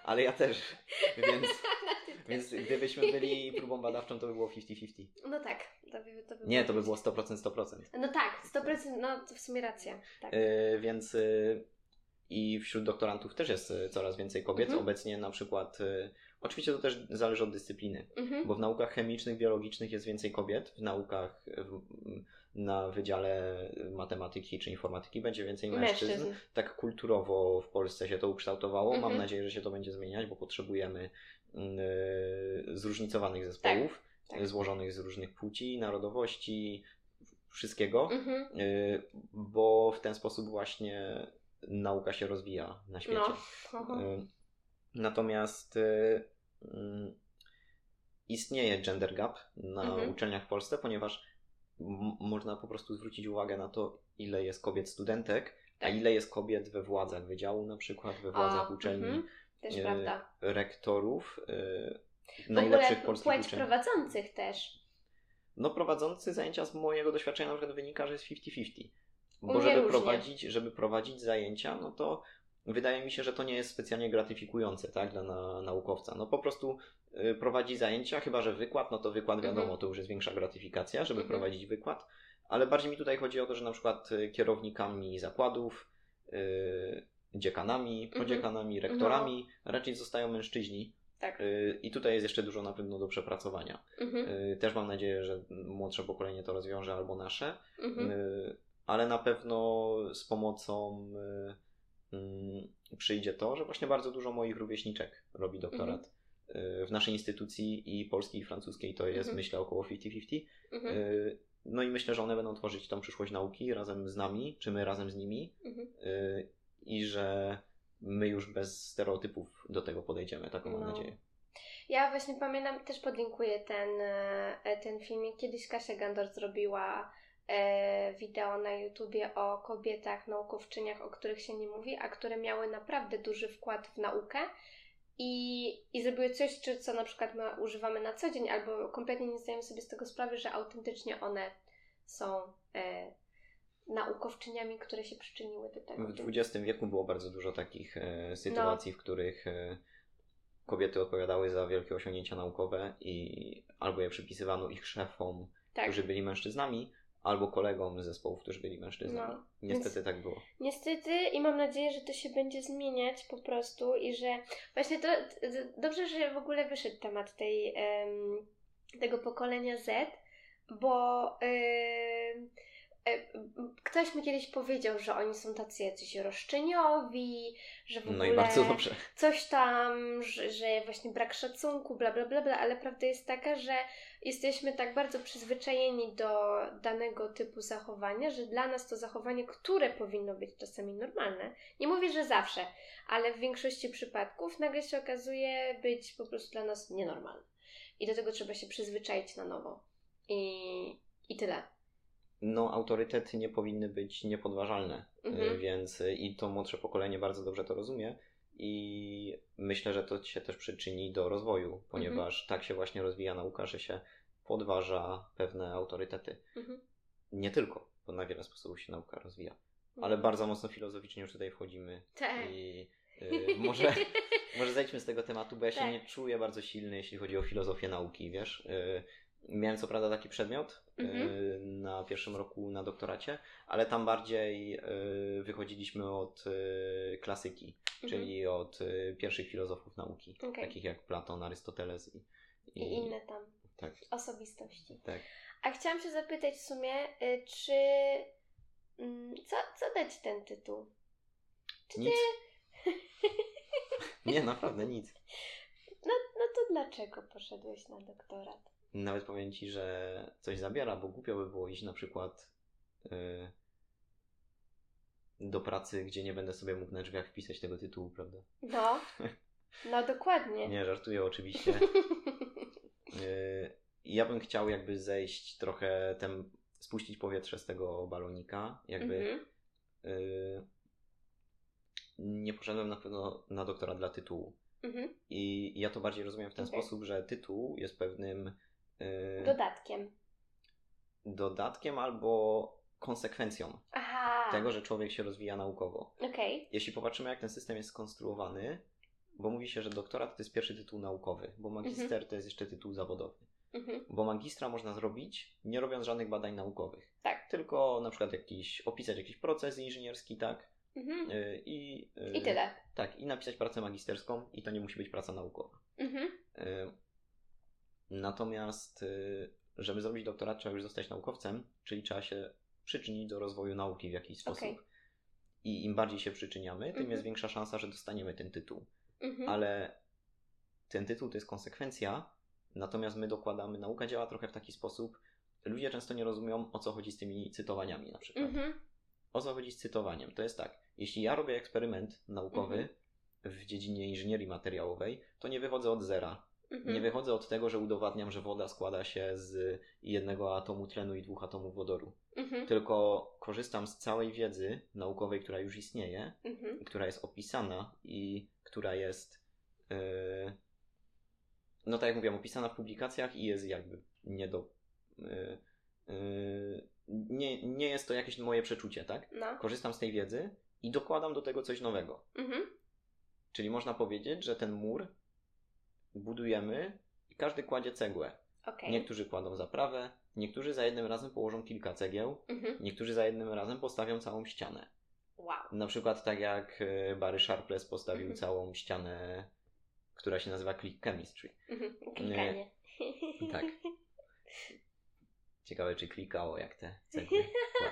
Ale ja też, więc, więc gdybyśmy byli próbą badawczą, to by było pięćdziesiąt pięćdziesiąt. No tak. To by, to by Nie, to by było sto procent sto procent. No tak, sto procent, no to w sumie racja. Tak. Yy, więc yy, i wśród doktorantów też jest coraz więcej kobiet. Mhm. Obecnie na przykład, yy, oczywiście to też zależy od dyscypliny, mhm. bo w naukach chemicznych, biologicznych jest więcej kobiet, w naukach w, na wydziale matematyki czy informatyki będzie więcej mężczyzn. mężczyzn. Tak kulturowo w Polsce się to ukształtowało. Mhm. Mam nadzieję, że się to będzie zmieniać, bo potrzebujemy yy, zróżnicowanych zespołów, tak. Tak. złożonych z różnych płci, narodowości, wszystkiego, mhm. yy, bo w ten sposób właśnie nauka się rozwija na świecie. No. Yy, natomiast yy, yy, istnieje gender gap na mhm. uczelniach w Polsce, ponieważ m- można po prostu zwrócić uwagę na to, ile jest kobiet studentek, a ile jest kobiet we władzach wydziału, na przykład we władzach a, uczelni, mhm. też yy, prawda. rektorów, yy, najlepszych polskich płeć uczelni. Prowadzących też. No prowadzący zajęcia z mojego doświadczenia na przykład wynika, że jest pięćdziesiąt pięćdziesiąt. Bo żeby prowadzić, żeby prowadzić zajęcia, no to wydaje mi się, że to nie jest specjalnie gratyfikujące, tak, dla na, naukowca. No po prostu y, prowadzi zajęcia, chyba że wykład, no to wykład wiadomo, mhm. to już jest większa gratyfikacja, żeby mhm. prowadzić wykład. Ale bardziej mi tutaj chodzi o to, że na przykład kierownikami zakładów, y, dziekanami, prodziekanami, mhm. rektorami no. raczej zostają mężczyźni. Tak. I tutaj jest jeszcze dużo na pewno do przepracowania. Mhm. Też mam nadzieję, że młodsze pokolenie to rozwiąże albo nasze, mhm. ale na pewno z pomocą przyjdzie to, że właśnie bardzo dużo moich rówieśniczek robi doktorat. Mhm. W naszej instytucji i polskiej i francuskiej to jest mhm. myślę około pięćdziesiąt pięćdziesiąt. Mhm. No i myślę, że one będą tworzyć tą przyszłość nauki razem z nami, czy my razem z nimi mhm. i że my już bez stereotypów do tego podejdziemy, taką mam no. nadzieję. Ja właśnie pamiętam, też podlinkuję ten, ten filmik. Kiedyś Kasia Gandor zrobiła e, wideo na YouTubie o kobietach, naukowczyniach, o których się nie mówi, a które miały naprawdę duży wkład w naukę i, i zrobiły coś, czy, co na przykład my używamy na co dzień, albo kompletnie nie zdajemy sobie z tego sprawy, że autentycznie one są e, naukowczyniami, które się przyczyniły do tego. W dwudziestym wieku było bardzo dużo takich e, sytuacji, no. w których e, kobiety odpowiadały za wielkie osiągnięcia naukowe i albo je przypisywano ich szefom, tak. którzy byli mężczyznami, albo kolegom z zespołów, którzy byli mężczyznami. No. Niestety Więc, tak było. Niestety i mam nadzieję, że to się będzie zmieniać po prostu i że właśnie to, to dobrze, że w ogóle wyszedł temat tej, um, tego pokolenia Z, bo um, ktoś mi kiedyś powiedział, że oni są tacy jacyś roszczeniowi, że w ogóle no i bardzo dobrze. coś tam, że, że właśnie brak szacunku, bla, bla, bla, bla, ale prawda jest taka, że jesteśmy tak bardzo przyzwyczajeni do danego typu zachowania, że dla nas to zachowanie, które powinno być czasami normalne, nie mówię, że zawsze, ale w większości przypadków nagle się okazuje być po prostu dla nas nienormalne. I do tego trzeba się przyzwyczaić na nowo. I, i tyle. No, autorytety nie powinny być niepodważalne, mhm. więc i to młodsze pokolenie bardzo dobrze to rozumie i myślę, że to się też przyczyni do rozwoju, ponieważ mhm. tak się właśnie rozwija nauka, że się podważa pewne autorytety. Mhm. Nie tylko, bo na wiele sposobów się nauka rozwija, mhm. ale bardzo mocno filozoficznie już tutaj wchodzimy. Tak. I y, może, może zejdźmy z tego tematu, bo ja się tak. nie czuję bardzo silny, jeśli chodzi o filozofię nauki, wiesz. Y, Miałem co prawda taki przedmiot mhm. y, na pierwszym roku na doktoracie, ale tam bardziej y, wychodziliśmy od y, klasyki, mhm. czyli od y, pierwszych filozofów nauki, okay. takich jak Platon, Arystoteles i, i, i inne tam tak. osobistości. Tak. A chciałam się zapytać w sumie, y, czy y, co, co dać ten tytuł? Czy nic. Ty... Nie, naprawdę nic. No, no to dlaczego poszedłeś na doktorat? Nawet powiem Ci, że coś zabiera, bo głupio by było iść na przykład yy, do pracy, gdzie nie będę sobie mógł na drzwiach wpisać tego tytułu, prawda? No, no dokładnie. Nie, żartuję oczywiście. Yy, ja bym chciał jakby zejść trochę, tem, spuścić powietrze z tego balonika, jakby mm-hmm. yy, nie poszedłem na pewno na doktora dla tytułu. Mm-hmm. I ja to bardziej rozumiem w ten okay. sposób, że tytuł jest pewnym dodatkiem. Dodatkiem albo konsekwencją Aha. tego, że człowiek się rozwija naukowo. Okay. Jeśli popatrzymy, jak ten system jest skonstruowany, bo mówi się, że doktorat to jest pierwszy tytuł naukowy, bo magister mhm. to jest jeszcze tytuł zawodowy. Mhm. Bo magistra można zrobić, nie robiąc żadnych badań naukowych. Tak. Tylko na przykład jakiś, opisać jakiś proces inżynierski, tak? Mhm. Y, i, y, I tyle. Tak, i napisać pracę magisterską i to nie musi być praca naukowa. Mhm. Y, natomiast, y, żeby zrobić doktorat, trzeba już zostać naukowcem, czyli trzeba się przyczynić do rozwoju nauki w jakiś sposób. Okay. I im bardziej się przyczyniamy, tym mhm. jest większa szansa, że dostaniemy ten tytuł. Mhm. Ale ten tytuł to jest konsekwencja, natomiast my dokładamy, nauka działa trochę w taki sposób, ludzie często nie rozumieją, o co chodzi z tymi cytowaniami na przykład. Mhm. O co chodzi z cytowaniem? To jest tak, jeśli ja robię eksperyment naukowy mhm. w dziedzinie inżynierii materiałowej, to nie wychodzę od zera. Mhm. Nie wychodzę od tego, że udowadniam, że woda składa się z jednego atomu tlenu i dwóch atomów wodoru. Mhm. Tylko korzystam z całej wiedzy naukowej, która już istnieje, mhm. która jest opisana i która jest yy, no tak jak mówiłem, opisana w publikacjach i jest jakby nie do yy, yy, nie, nie jest to jakieś moje przeczucie, tak? No. Korzystam z tej wiedzy i dokładam do tego coś nowego. Mhm. Czyli można powiedzieć, że ten mur budujemy i każdy kładzie cegłę. Okay. Niektórzy kładą zaprawę, niektórzy za jednym razem położą kilka cegieł, mhm. niektórzy za jednym razem postawią całą ścianę. Wow. Na przykład tak jak Barry Sharpless postawił mhm. całą ścianę, która się nazywa Click Chemistry. Mhm. Klikanie. Tak. Ciekawe, czy klikało jak te cegły.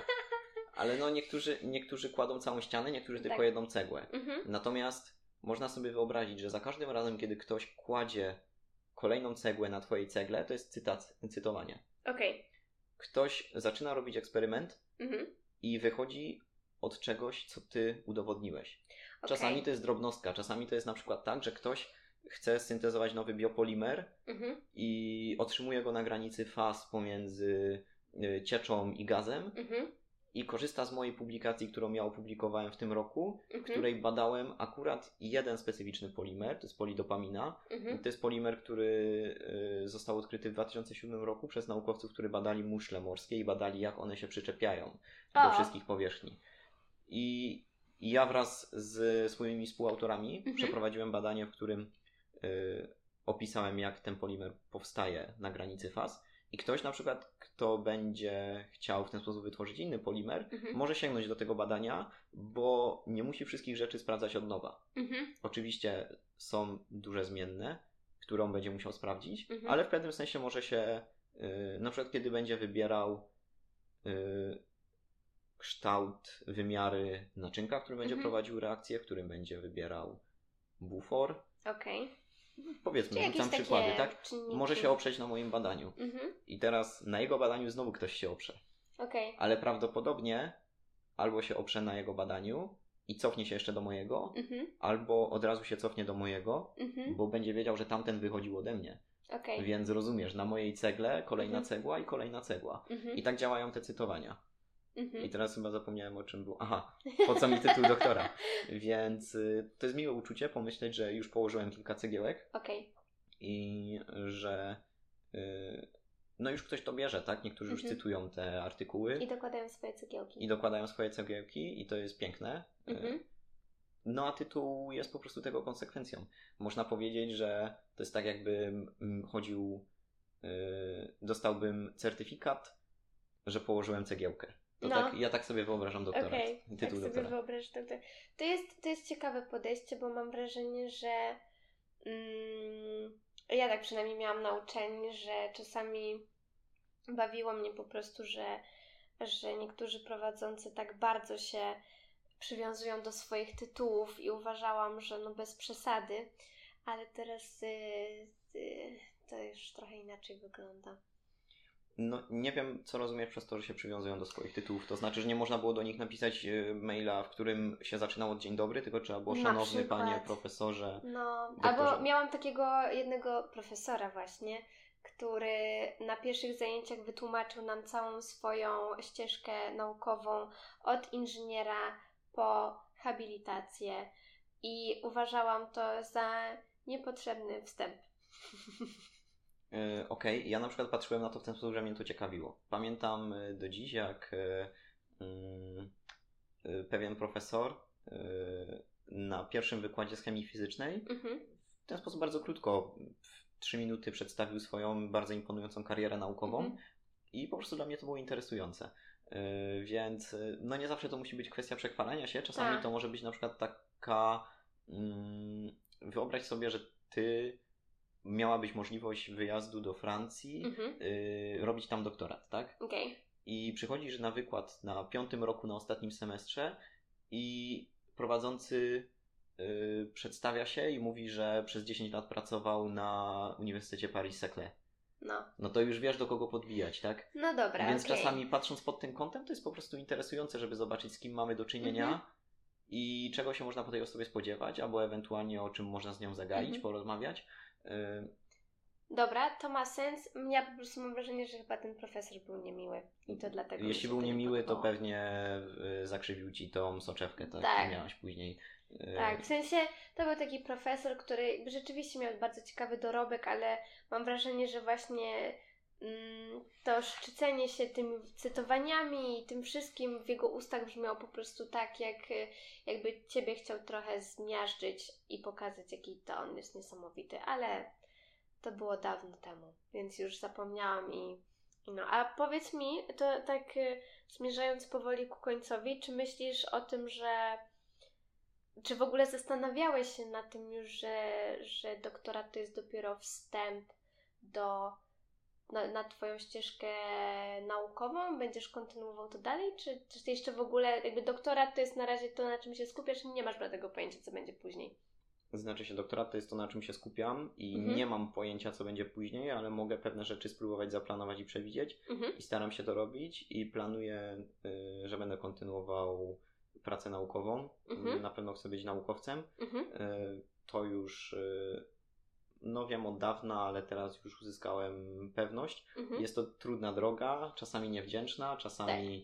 Ale no niektórzy, niektórzy kładą całą ścianę, niektórzy tylko tak. jedną cegłę. Mhm. Natomiast można sobie wyobrazić, że za każdym razem, kiedy ktoś kładzie kolejną cegłę na twojej cegle, to jest cytat, cytowanie. Okej. Okay. Ktoś zaczyna robić eksperyment mhm. i wychodzi od czegoś, co ty udowodniłeś. Okay. Czasami to jest drobnostka, czasami to jest na przykład tak, że ktoś chce syntezować nowy biopolimer mhm. i otrzymuje go na granicy faz pomiędzy cieczą i gazem mhm. i korzysta z mojej publikacji, którą ja opublikowałem w tym roku, mhm. w której badałem akurat jeden specyficzny polimer, to jest polidopamina. Mhm. To jest polimer, który został odkryty w dwa tysiące siódmym roku przez naukowców, którzy badali muszle morskie i badali, jak one się przyczepiają o. do wszystkich powierzchni. I, i ja wraz z swoimi współautorami mhm. przeprowadziłem badanie, w którym y, opisałem, jak ten polimer powstaje na granicy faz. I ktoś na przykład, kto będzie chciał w ten sposób wytworzyć inny polimer, mhm. może sięgnąć do tego badania, bo nie musi wszystkich rzeczy sprawdzać od nowa. Mhm. Oczywiście są duże zmienne, którą będzie musiał sprawdzić, mhm. ale w pewnym sensie może się, yy, na przykład kiedy będzie wybierał yy, kształt, wymiary naczynka, w którym będzie mhm. prowadził reakcję, w którym będzie wybierał bufor. Okej. Okay. Powiedzmy, rzucam przykłady, tak? Czynniki. Może się oprzeć na moim badaniu. Mhm. I teraz na jego badaniu znowu ktoś się oprze. Okay. Ale prawdopodobnie albo się oprze na jego badaniu i cofnie się jeszcze do mojego, mhm. albo od razu się cofnie do mojego, mhm. bo będzie wiedział, że tamten wychodził ode mnie. Okay. Więc rozumiesz, na mojej cegle kolejna mhm. cegła i kolejna cegła. Mhm. I tak działają te cytowania. Mhm. I teraz chyba zapomniałem, o czym było. Aha, po co mi tytuł doktora? Więc y, to jest miłe uczucie pomyśleć, że już położyłem kilka cegiełek. Okej. Okay. I że y, no już ktoś to bierze, tak? Niektórzy mhm. już cytują te artykuły. I dokładają swoje cegiełki. I dokładają swoje cegiełki i to jest piękne. Mhm. Y, no a tytuł jest po prostu tego konsekwencją. Można powiedzieć, że to jest tak, jakbym chodził, y, dostałbym certyfikat, że położyłem cegiełkę. To no. tak, ja tak sobie wyobrażam doktorat. Okej, okay, tak sobie wyobrażasz doktorat. To jest, to jest ciekawe podejście, bo mam wrażenie, że mm, ja tak przynajmniej miałam na uczelni, że czasami bawiło mnie po prostu, że, że niektórzy prowadzący tak bardzo się przywiązują do swoich tytułów i uważałam, że no bez przesady, ale teraz yy, yy, to już trochę inaczej wygląda. No nie wiem, co rozumiesz przez to, że się przywiązują do swoich tytułów. To znaczy, że nie można było do nich napisać maila, w którym się zaczynało od dzień dobry, tylko trzeba było szanowny panie profesorze. No, doktorze. Albo miałam takiego jednego profesora właśnie, który na pierwszych zajęciach wytłumaczył nam całą swoją ścieżkę naukową od inżyniera po habilitację i uważałam to za niepotrzebny wstęp. Yy, Okej, okay. Ja na przykład patrzyłem na to w ten sposób, że mnie to ciekawiło. Pamiętam do dziś, jak yy, yy, pewien profesor yy, na pierwszym wykładzie z chemii fizycznej Mhm. w ten sposób bardzo krótko, w trzy minuty przedstawił swoją bardzo imponującą karierę naukową Mhm. i po prostu dla mnie to było interesujące. Yy, więc yy, no nie zawsze to musi być kwestia przechwalania się, czasami Tak. to może być na przykład taka, mm, wyobraź sobie, że ty miałabyś możliwość wyjazdu do Francji, Mhm. yy, robić tam doktorat, tak? Okej. I przychodzisz na wykład na piątym roku, na ostatnim semestrze i prowadzący yy, przedstawia się i mówi, że przez dziesięć lat pracował na Uniwersytecie Paris-Saclay. No. No to już wiesz, do kogo podbijać, tak? No dobra, Więc okej. czasami patrząc pod tym kątem, to jest po prostu interesujące, żeby zobaczyć, z kim mamy do czynienia Mhm. i czego się można po tej osobie spodziewać, albo ewentualnie o czym można z nią zagaić, Mhm. porozmawiać. Yy, Dobra, to ma sens. Ja po prostu mam wrażenie, że chyba ten profesor był niemiły i to dlatego mi Jeśli się był to nie niemiły, to podobało. pewnie y, zakrzywił ci tą soczewkę, tak, Tak. miałaś później. Y, Tak, w sensie to był taki profesor, który jakby rzeczywiście miał bardzo ciekawy dorobek, ale mam wrażenie, że właśnie mm, to szczycenie się tymi cytowaniami i tym wszystkim w jego ustach brzmiało po prostu tak, jak y, jakby ciebie chciał trochę zmiażdżyć i pokazać, jaki to on jest niesamowity, ale to było dawno temu, więc już zapomniałam i, i no. A powiedz mi, to tak y, zmierzając powoli ku końcowi, czy myślisz o tym, że czy w ogóle zastanawiałeś się na tym już, że, że doktorat to jest dopiero wstęp do, na, na Twoją ścieżkę naukową? Będziesz kontynuował to dalej? Czy, czy ty jeszcze w ogóle, jakby doktorat to jest na razie to, na czym się skupiasz i nie masz bladego pojęcia, co będzie później? Znaczy się, doktorat to jest to, na czym się skupiam i Mhm. nie mam pojęcia, co będzie później, ale mogę pewne rzeczy spróbować zaplanować i przewidzieć Mhm. i staram się to robić i planuję, y, że będę kontynuował pracę naukową. Mhm. Na pewno chcę być naukowcem. Mhm. Y, to już y, no wiem od dawna, ale teraz już uzyskałem pewność. Mhm. Jest to trudna droga, czasami niewdzięczna, czasami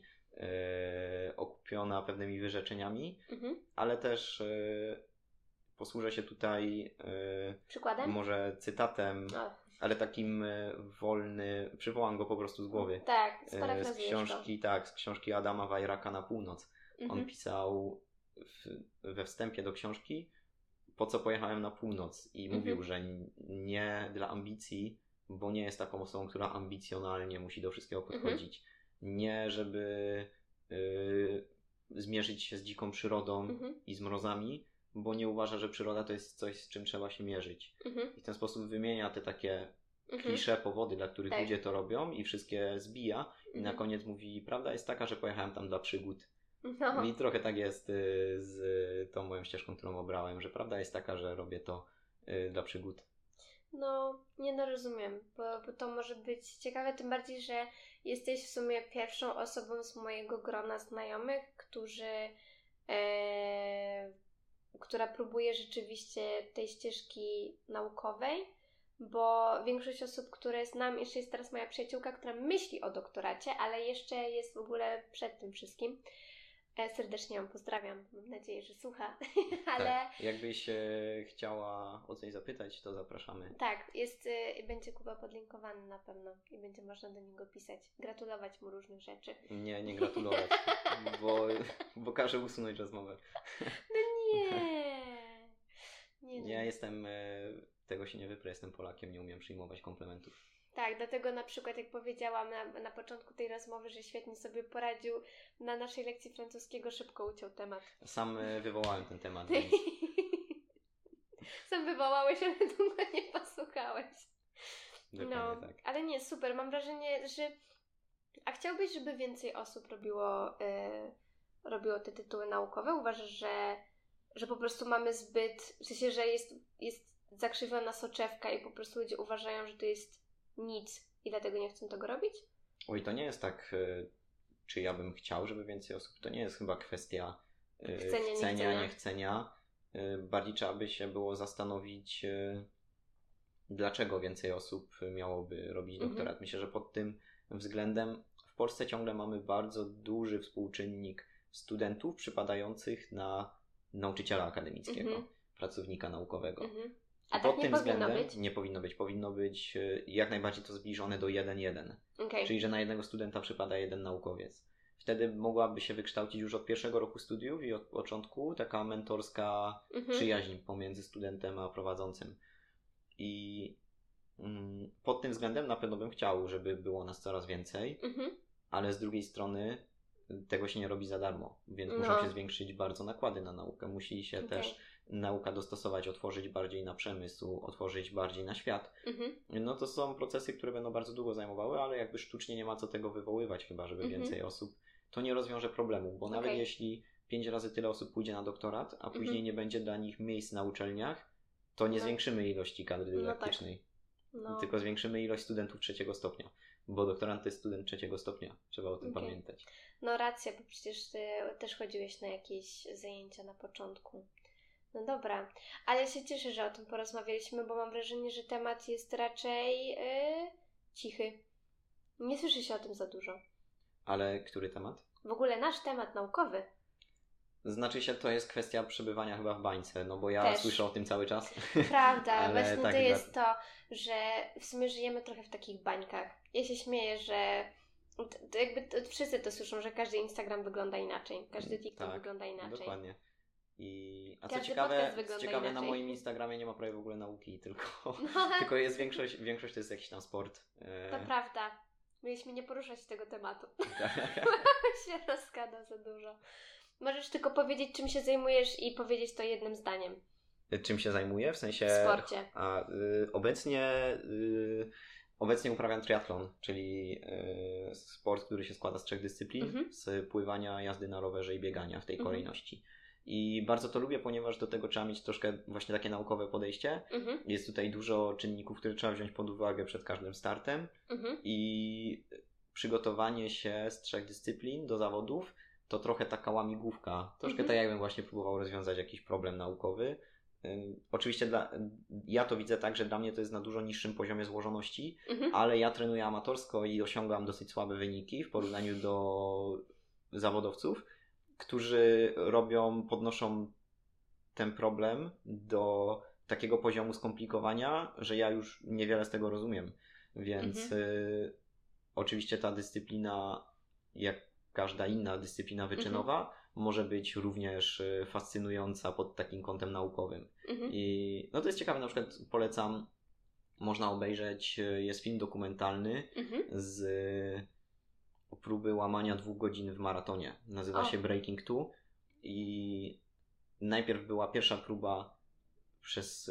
y, okupiona pewnymi wyrzeczeniami, Mhm. ale też y, posłużę się tutaj y, Przykładem? może cytatem, O, ale takim y, wolny, przywołam go po prostu z głowy. tak, Y, z sparafrazujesz książki, tak, z książki Adama Wajraka Na północ. to. On Mhm. pisał w, we wstępie do książki, po co pojechałem na północ i Mhm. mówił, że nie dla ambicji, bo nie jest taką osobą, która ambicjonalnie musi do wszystkiego podchodzić. Nie, żeby y, zmierzyć się z dziką przyrodą Mhm. i z mrozami, bo nie uważa, że przyroda to jest coś, z czym trzeba się mierzyć. Mhm. I w ten sposób wymienia te takie Mhm. klisze, powody, dla których Tak. ludzie to robią i wszystkie zbija i na Mhm. koniec mówi, prawda jest taka, że pojechałem tam dla przygód. No. I trochę tak jest y, z tą moją ścieżką, którą obrałem, że prawda jest taka, że robię to y, dla przygód. No, nie no rozumiem, bo, bo to może być ciekawe, tym bardziej, że jesteś w sumie pierwszą osobą z mojego grona znajomych, którzy, e, która próbuje rzeczywiście tej ścieżki naukowej, bo większość osób, które znam, jeszcze jest teraz moja przyjaciółka, która myśli o doktoracie, ale jeszcze jest w ogóle przed tym wszystkim. E, serdecznie ją pozdrawiam, mam nadzieję, że słucha, ale... Tak. Jakbyś e, chciała o coś zapytać, to zapraszamy. Tak, jest, y, będzie Kuba podlinkowany na pewno i będzie można do niego pisać, gratulować mu różnych rzeczy. Nie, nie gratulować, bo, bo każę usunąć rozmowę. No nie! Nie, no. Ja jestem, e, tego się nie wyprę, jestem Polakiem, nie umiem przyjmować komplementów. Tak, dlatego na przykład jak powiedziałam na, na początku tej rozmowy, że świetnie sobie poradził na naszej lekcji francuskiego, szybko uciął temat. Sam e, wywołałem ten temat, więc Sam wywołałeś, ale długo nie posłuchałeś. dokładnie No, tak. ale nie, super. Mam wrażenie, że... A chciałbyś, żeby więcej osób robiło, yy, robiło te tytuły naukowe? Uważasz, że, że po prostu mamy zbyt... W sensie, że jest, jest zakrzywiona soczewka i po prostu ludzie uważają, że to jest nic i dlatego nie chcą tego robić? Oj, to nie jest tak, e, czy ja bym chciał, żeby więcej osób, to nie jest chyba kwestia e, Chcenia, nie chcenia, chcenia. niechcenia. E, Bardziej trzeba by się było zastanowić, e, dlaczego więcej osób miałoby robić Mhm. doktorat. Myślę, że pod tym względem w Polsce ciągle mamy bardzo duży współczynnik studentów przypadających na nauczyciela akademickiego, Mhm. pracownika naukowego. Mhm. I A pod tak nie tym powinno względem być? nie powinno być. Powinno być e, jak najbardziej to zbliżone do jeden jeden. Okej. Czyli, że na jednego studenta przypada jeden naukowiec. wtedy mogłaby się wykształcić już od pierwszego roku studiów i od początku taka mentorska mhm. przyjaźń pomiędzy studentem a prowadzącym. I mm, pod tym względem na pewno bym chciał, żeby było nas coraz więcej, mhm. ale z drugiej strony tego się nie robi za darmo, więc no. muszą się zwiększyć bardzo nakłady na naukę. Musi się okay. też nauka dostosować, otworzyć bardziej na przemysł, otworzyć bardziej na świat. Mhm. No to są procesy, które będą bardzo długo zajmowały, ale jakby sztucznie nie ma co tego wywoływać chyba, żeby mhm. więcej osób. To nie rozwiąże problemu, bo okay. nawet jeśli pięć razy tyle osób pójdzie na doktorat, a później mhm. nie będzie dla nich miejsc na uczelniach, to nie no. zwiększymy ilości kadry dydaktycznej. No tak. no. Tylko zwiększymy ilość studentów trzeciego stopnia. Bo doktorant to jest student trzeciego stopnia. Trzeba o tym okay. pamiętać. No racja, bo przecież ty też chodziłeś na jakieś zajęcia na początku. No dobra, ale się cieszę, że o tym porozmawialiśmy, bo mam wrażenie, że temat jest raczej yy, cichy. Nie słyszy się o tym za dużo. Ale który temat? W ogóle nasz temat naukowy. Znaczy się, to jest kwestia przebywania chyba w bańce, no bo ja Też. słyszę o tym cały czas. Prawda, właśnie tak, to jest to, że w sumie żyjemy trochę w takich bańkach. Ja się śmieję, że to, to jakby to, wszyscy to słyszą, że każdy Instagram wygląda inaczej, każdy TikTok tak, wygląda inaczej. Dokładnie. I, a każdy co ciekawe, co ciekawe na moim Instagramie nie ma prawie w ogóle nauki, tylko, tylko jest większość, większość to jest jakiś tam sport. To e... prawda. Mieliśmy nie poruszać tego tematu. się rozgada za dużo. Możesz tylko powiedzieć, czym się zajmujesz i powiedzieć to jednym zdaniem. Czym się zajmuję? W sensie... W sporcie. A, y, obecnie, y, obecnie uprawiam triathlon, czyli y, sport, który się składa z trzech dyscyplin. Mhm. Z pływania, jazdy na rowerze i biegania w tej mhm. kolejności. I bardzo to lubię, ponieważ do tego trzeba mieć troszkę właśnie takie naukowe podejście. Mhm. Jest tutaj dużo czynników, które trzeba wziąć pod uwagę przed każdym startem. Mhm. I przygotowanie się z trzech dyscyplin do zawodów to trochę taka łamigłówka. Troszkę mhm. tak jakbym właśnie próbował rozwiązać jakiś problem naukowy. Ym, oczywiście dla, ja to widzę tak, że dla mnie to jest na dużo niższym poziomie złożoności, mhm. ale ja trenuję amatorsko i osiągam dosyć słabe wyniki w porównaniu do zawodowców, którzy robią, podnoszą ten problem do takiego poziomu skomplikowania, że ja już niewiele z tego rozumiem. Więc mhm. y, oczywiście ta dyscyplina, jak każda inna dyscyplina wyczynowa, mhm. może być również fascynująca pod takim kątem naukowym. Mhm. I no to jest ciekawe, na przykład polecam, można obejrzeć, jest film dokumentalny mhm. z próby łamania dwóch godzin w maratonie. Nazywa o. się Breaking Two i najpierw była pierwsza próba przez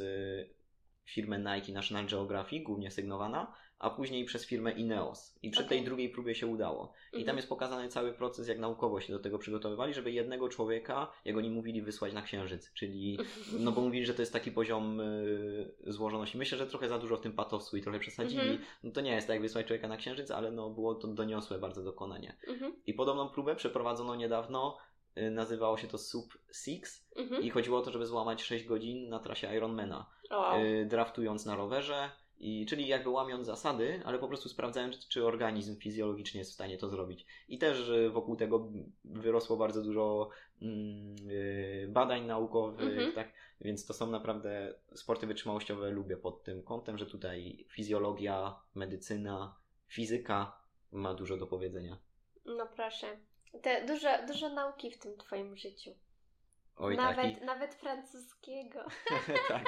firmę Nike National Geographic, głównie sygnowana, a później przez firmę Ineos. I przy okay. tej drugiej próbie się udało. I mhm. tam jest pokazany cały proces, jak naukowo się do tego przygotowywali, żeby jednego człowieka, jak oni mówili, wysłać na Księżyc. Czyli, no bo mówili, że to jest taki poziom y, złożoności. Myślę, że trochę za dużo w tym patosу i trochę przesadzili. Mhm. No to nie jest tak, jak wysłać człowieka na Księżyc, ale no było to doniosłe bardzo dokonanie. Mhm. I podobną próbę przeprowadzono niedawno. Y, nazywało się to Sub Six mhm. i chodziło o to, żeby złamać sześć godzin na trasie Ironmana. Wow. Y, draftując na rowerze. I, czyli jakby łamiąc zasady, ale po prostu sprawdzając, czy organizm fizjologicznie jest w stanie to zrobić. I też wokół tego wyrosło bardzo dużo mm, yy, badań naukowych, mm-hmm. tak? Więc to są naprawdę sporty wytrzymałościowe, lubię pod tym kątem, że tutaj fizjologia, medycyna, fizyka ma dużo do powiedzenia. No proszę. Te, dużo, dużo nauki w tym twoim życiu. Oj, nawet, tak. I... nawet francuskiego. tak.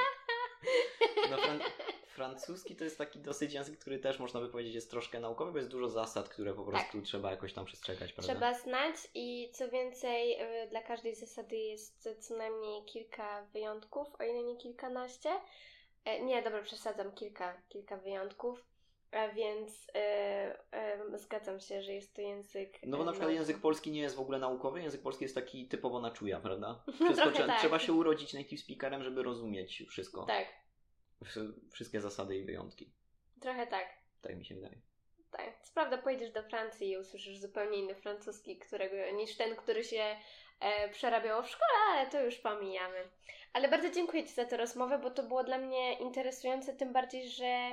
No, fran- francuski to jest taki dosyć język, który też można by powiedzieć jest troszkę naukowy, bo jest dużo zasad, które po prostu tak. trzeba jakoś tam przestrzegać, prawda? Trzeba znać i co więcej, dla każdej zasady jest co najmniej kilka wyjątków, o ile nie kilkanaście. Nie, dobra, przesadzam, kilka, kilka wyjątków. A więc yy, yy, zgadzam się, że jest to język... No bo na przykład naukowy. Język polski nie jest w ogóle naukowy, język polski jest taki typowo na czuja, prawda? Wszystko trzeba, tak. trzeba się urodzić native speakerem, żeby rozumieć wszystko. Tak. Wszystkie zasady i wyjątki. Trochę tak. Tak mi się wydaje. Tak. Co prawda pojedziesz do Francji i usłyszysz zupełnie inny francuski, którego, niż ten, który się e, przerabiało w szkole, ale to już pomijamy. Ale bardzo dziękuję Ci za tę rozmowę, bo to było dla mnie interesujące, tym bardziej, że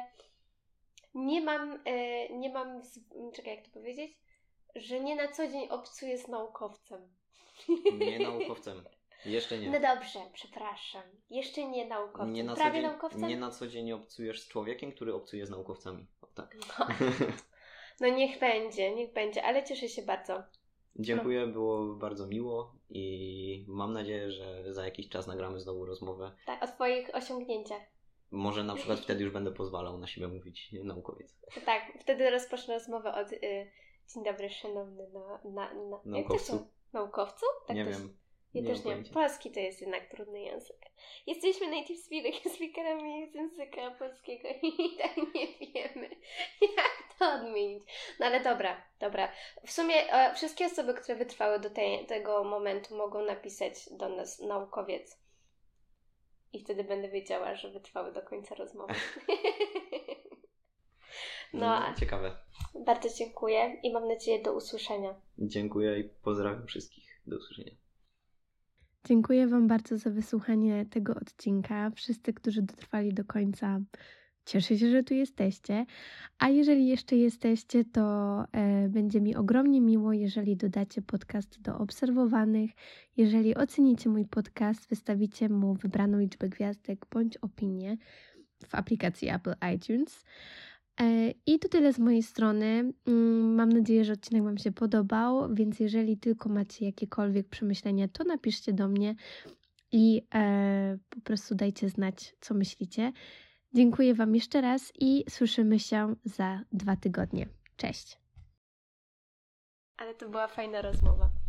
nie mam, e, nie mam, czekaj, jak to powiedzieć, że nie na co dzień obcuję z naukowcem. Nie naukowcem. Jeszcze nie. No dobrze, przepraszam. Jeszcze nie naukowcem. Nie na Prawie dzień, naukowcem? Nie na co dzień obcujesz z człowiekiem, który obcuje z naukowcami. O, tak. No. no niech będzie, niech będzie, ale cieszę się bardzo. Dziękuję, było bardzo miło i mam nadzieję, że za jakiś czas nagramy znowu rozmowę. Tak, o Twoich osiągnięciach. Może na przykład wtedy już będę pozwalał na siebie mówić naukowiec. Tak, wtedy rozpocznę rozmowę od y, dzień dobry, szanowny na, na, na, naukowcu. Jak to naukowcu? Tak nie też, wiem. Ja nie też nie wiem. Polski to jest jednak trudny język. Jesteśmy native speakerami z języka polskiego i tak nie wiemy, jak to odmienić. No ale dobra, dobra. W sumie e, wszystkie osoby, które wytrwały do tej, tego momentu, mogą napisać do nas naukowiec. I wtedy będę wiedziała, że wytrwały do końca rozmowy. No, ciekawe. Bardzo dziękuję i mam nadzieję do usłyszenia. Dziękuję i pozdrawiam wszystkich. Do usłyszenia. Dziękuję Wam bardzo za wysłuchanie tego odcinka. Wszyscy, którzy dotrwali do końca, cieszę się, że tu jesteście. A jeżeli jeszcze jesteście, to e, będzie mi ogromnie miło, jeżeli dodacie podcast do obserwowanych. Jeżeli ocenicie mój podcast, wystawicie mu wybraną liczbę gwiazdek bądź opinię w aplikacji Apple iTunes. I to tyle z mojej strony. Mam nadzieję, że odcinek Wam się podobał, więc jeżeli tylko macie jakiekolwiek przemyślenia, to napiszcie do mnie i e, po prostu dajcie znać, co myślicie. Dziękuję Wam jeszcze raz i słyszymy się za dwa tygodnie. Cześć! Ale to była fajna rozmowa.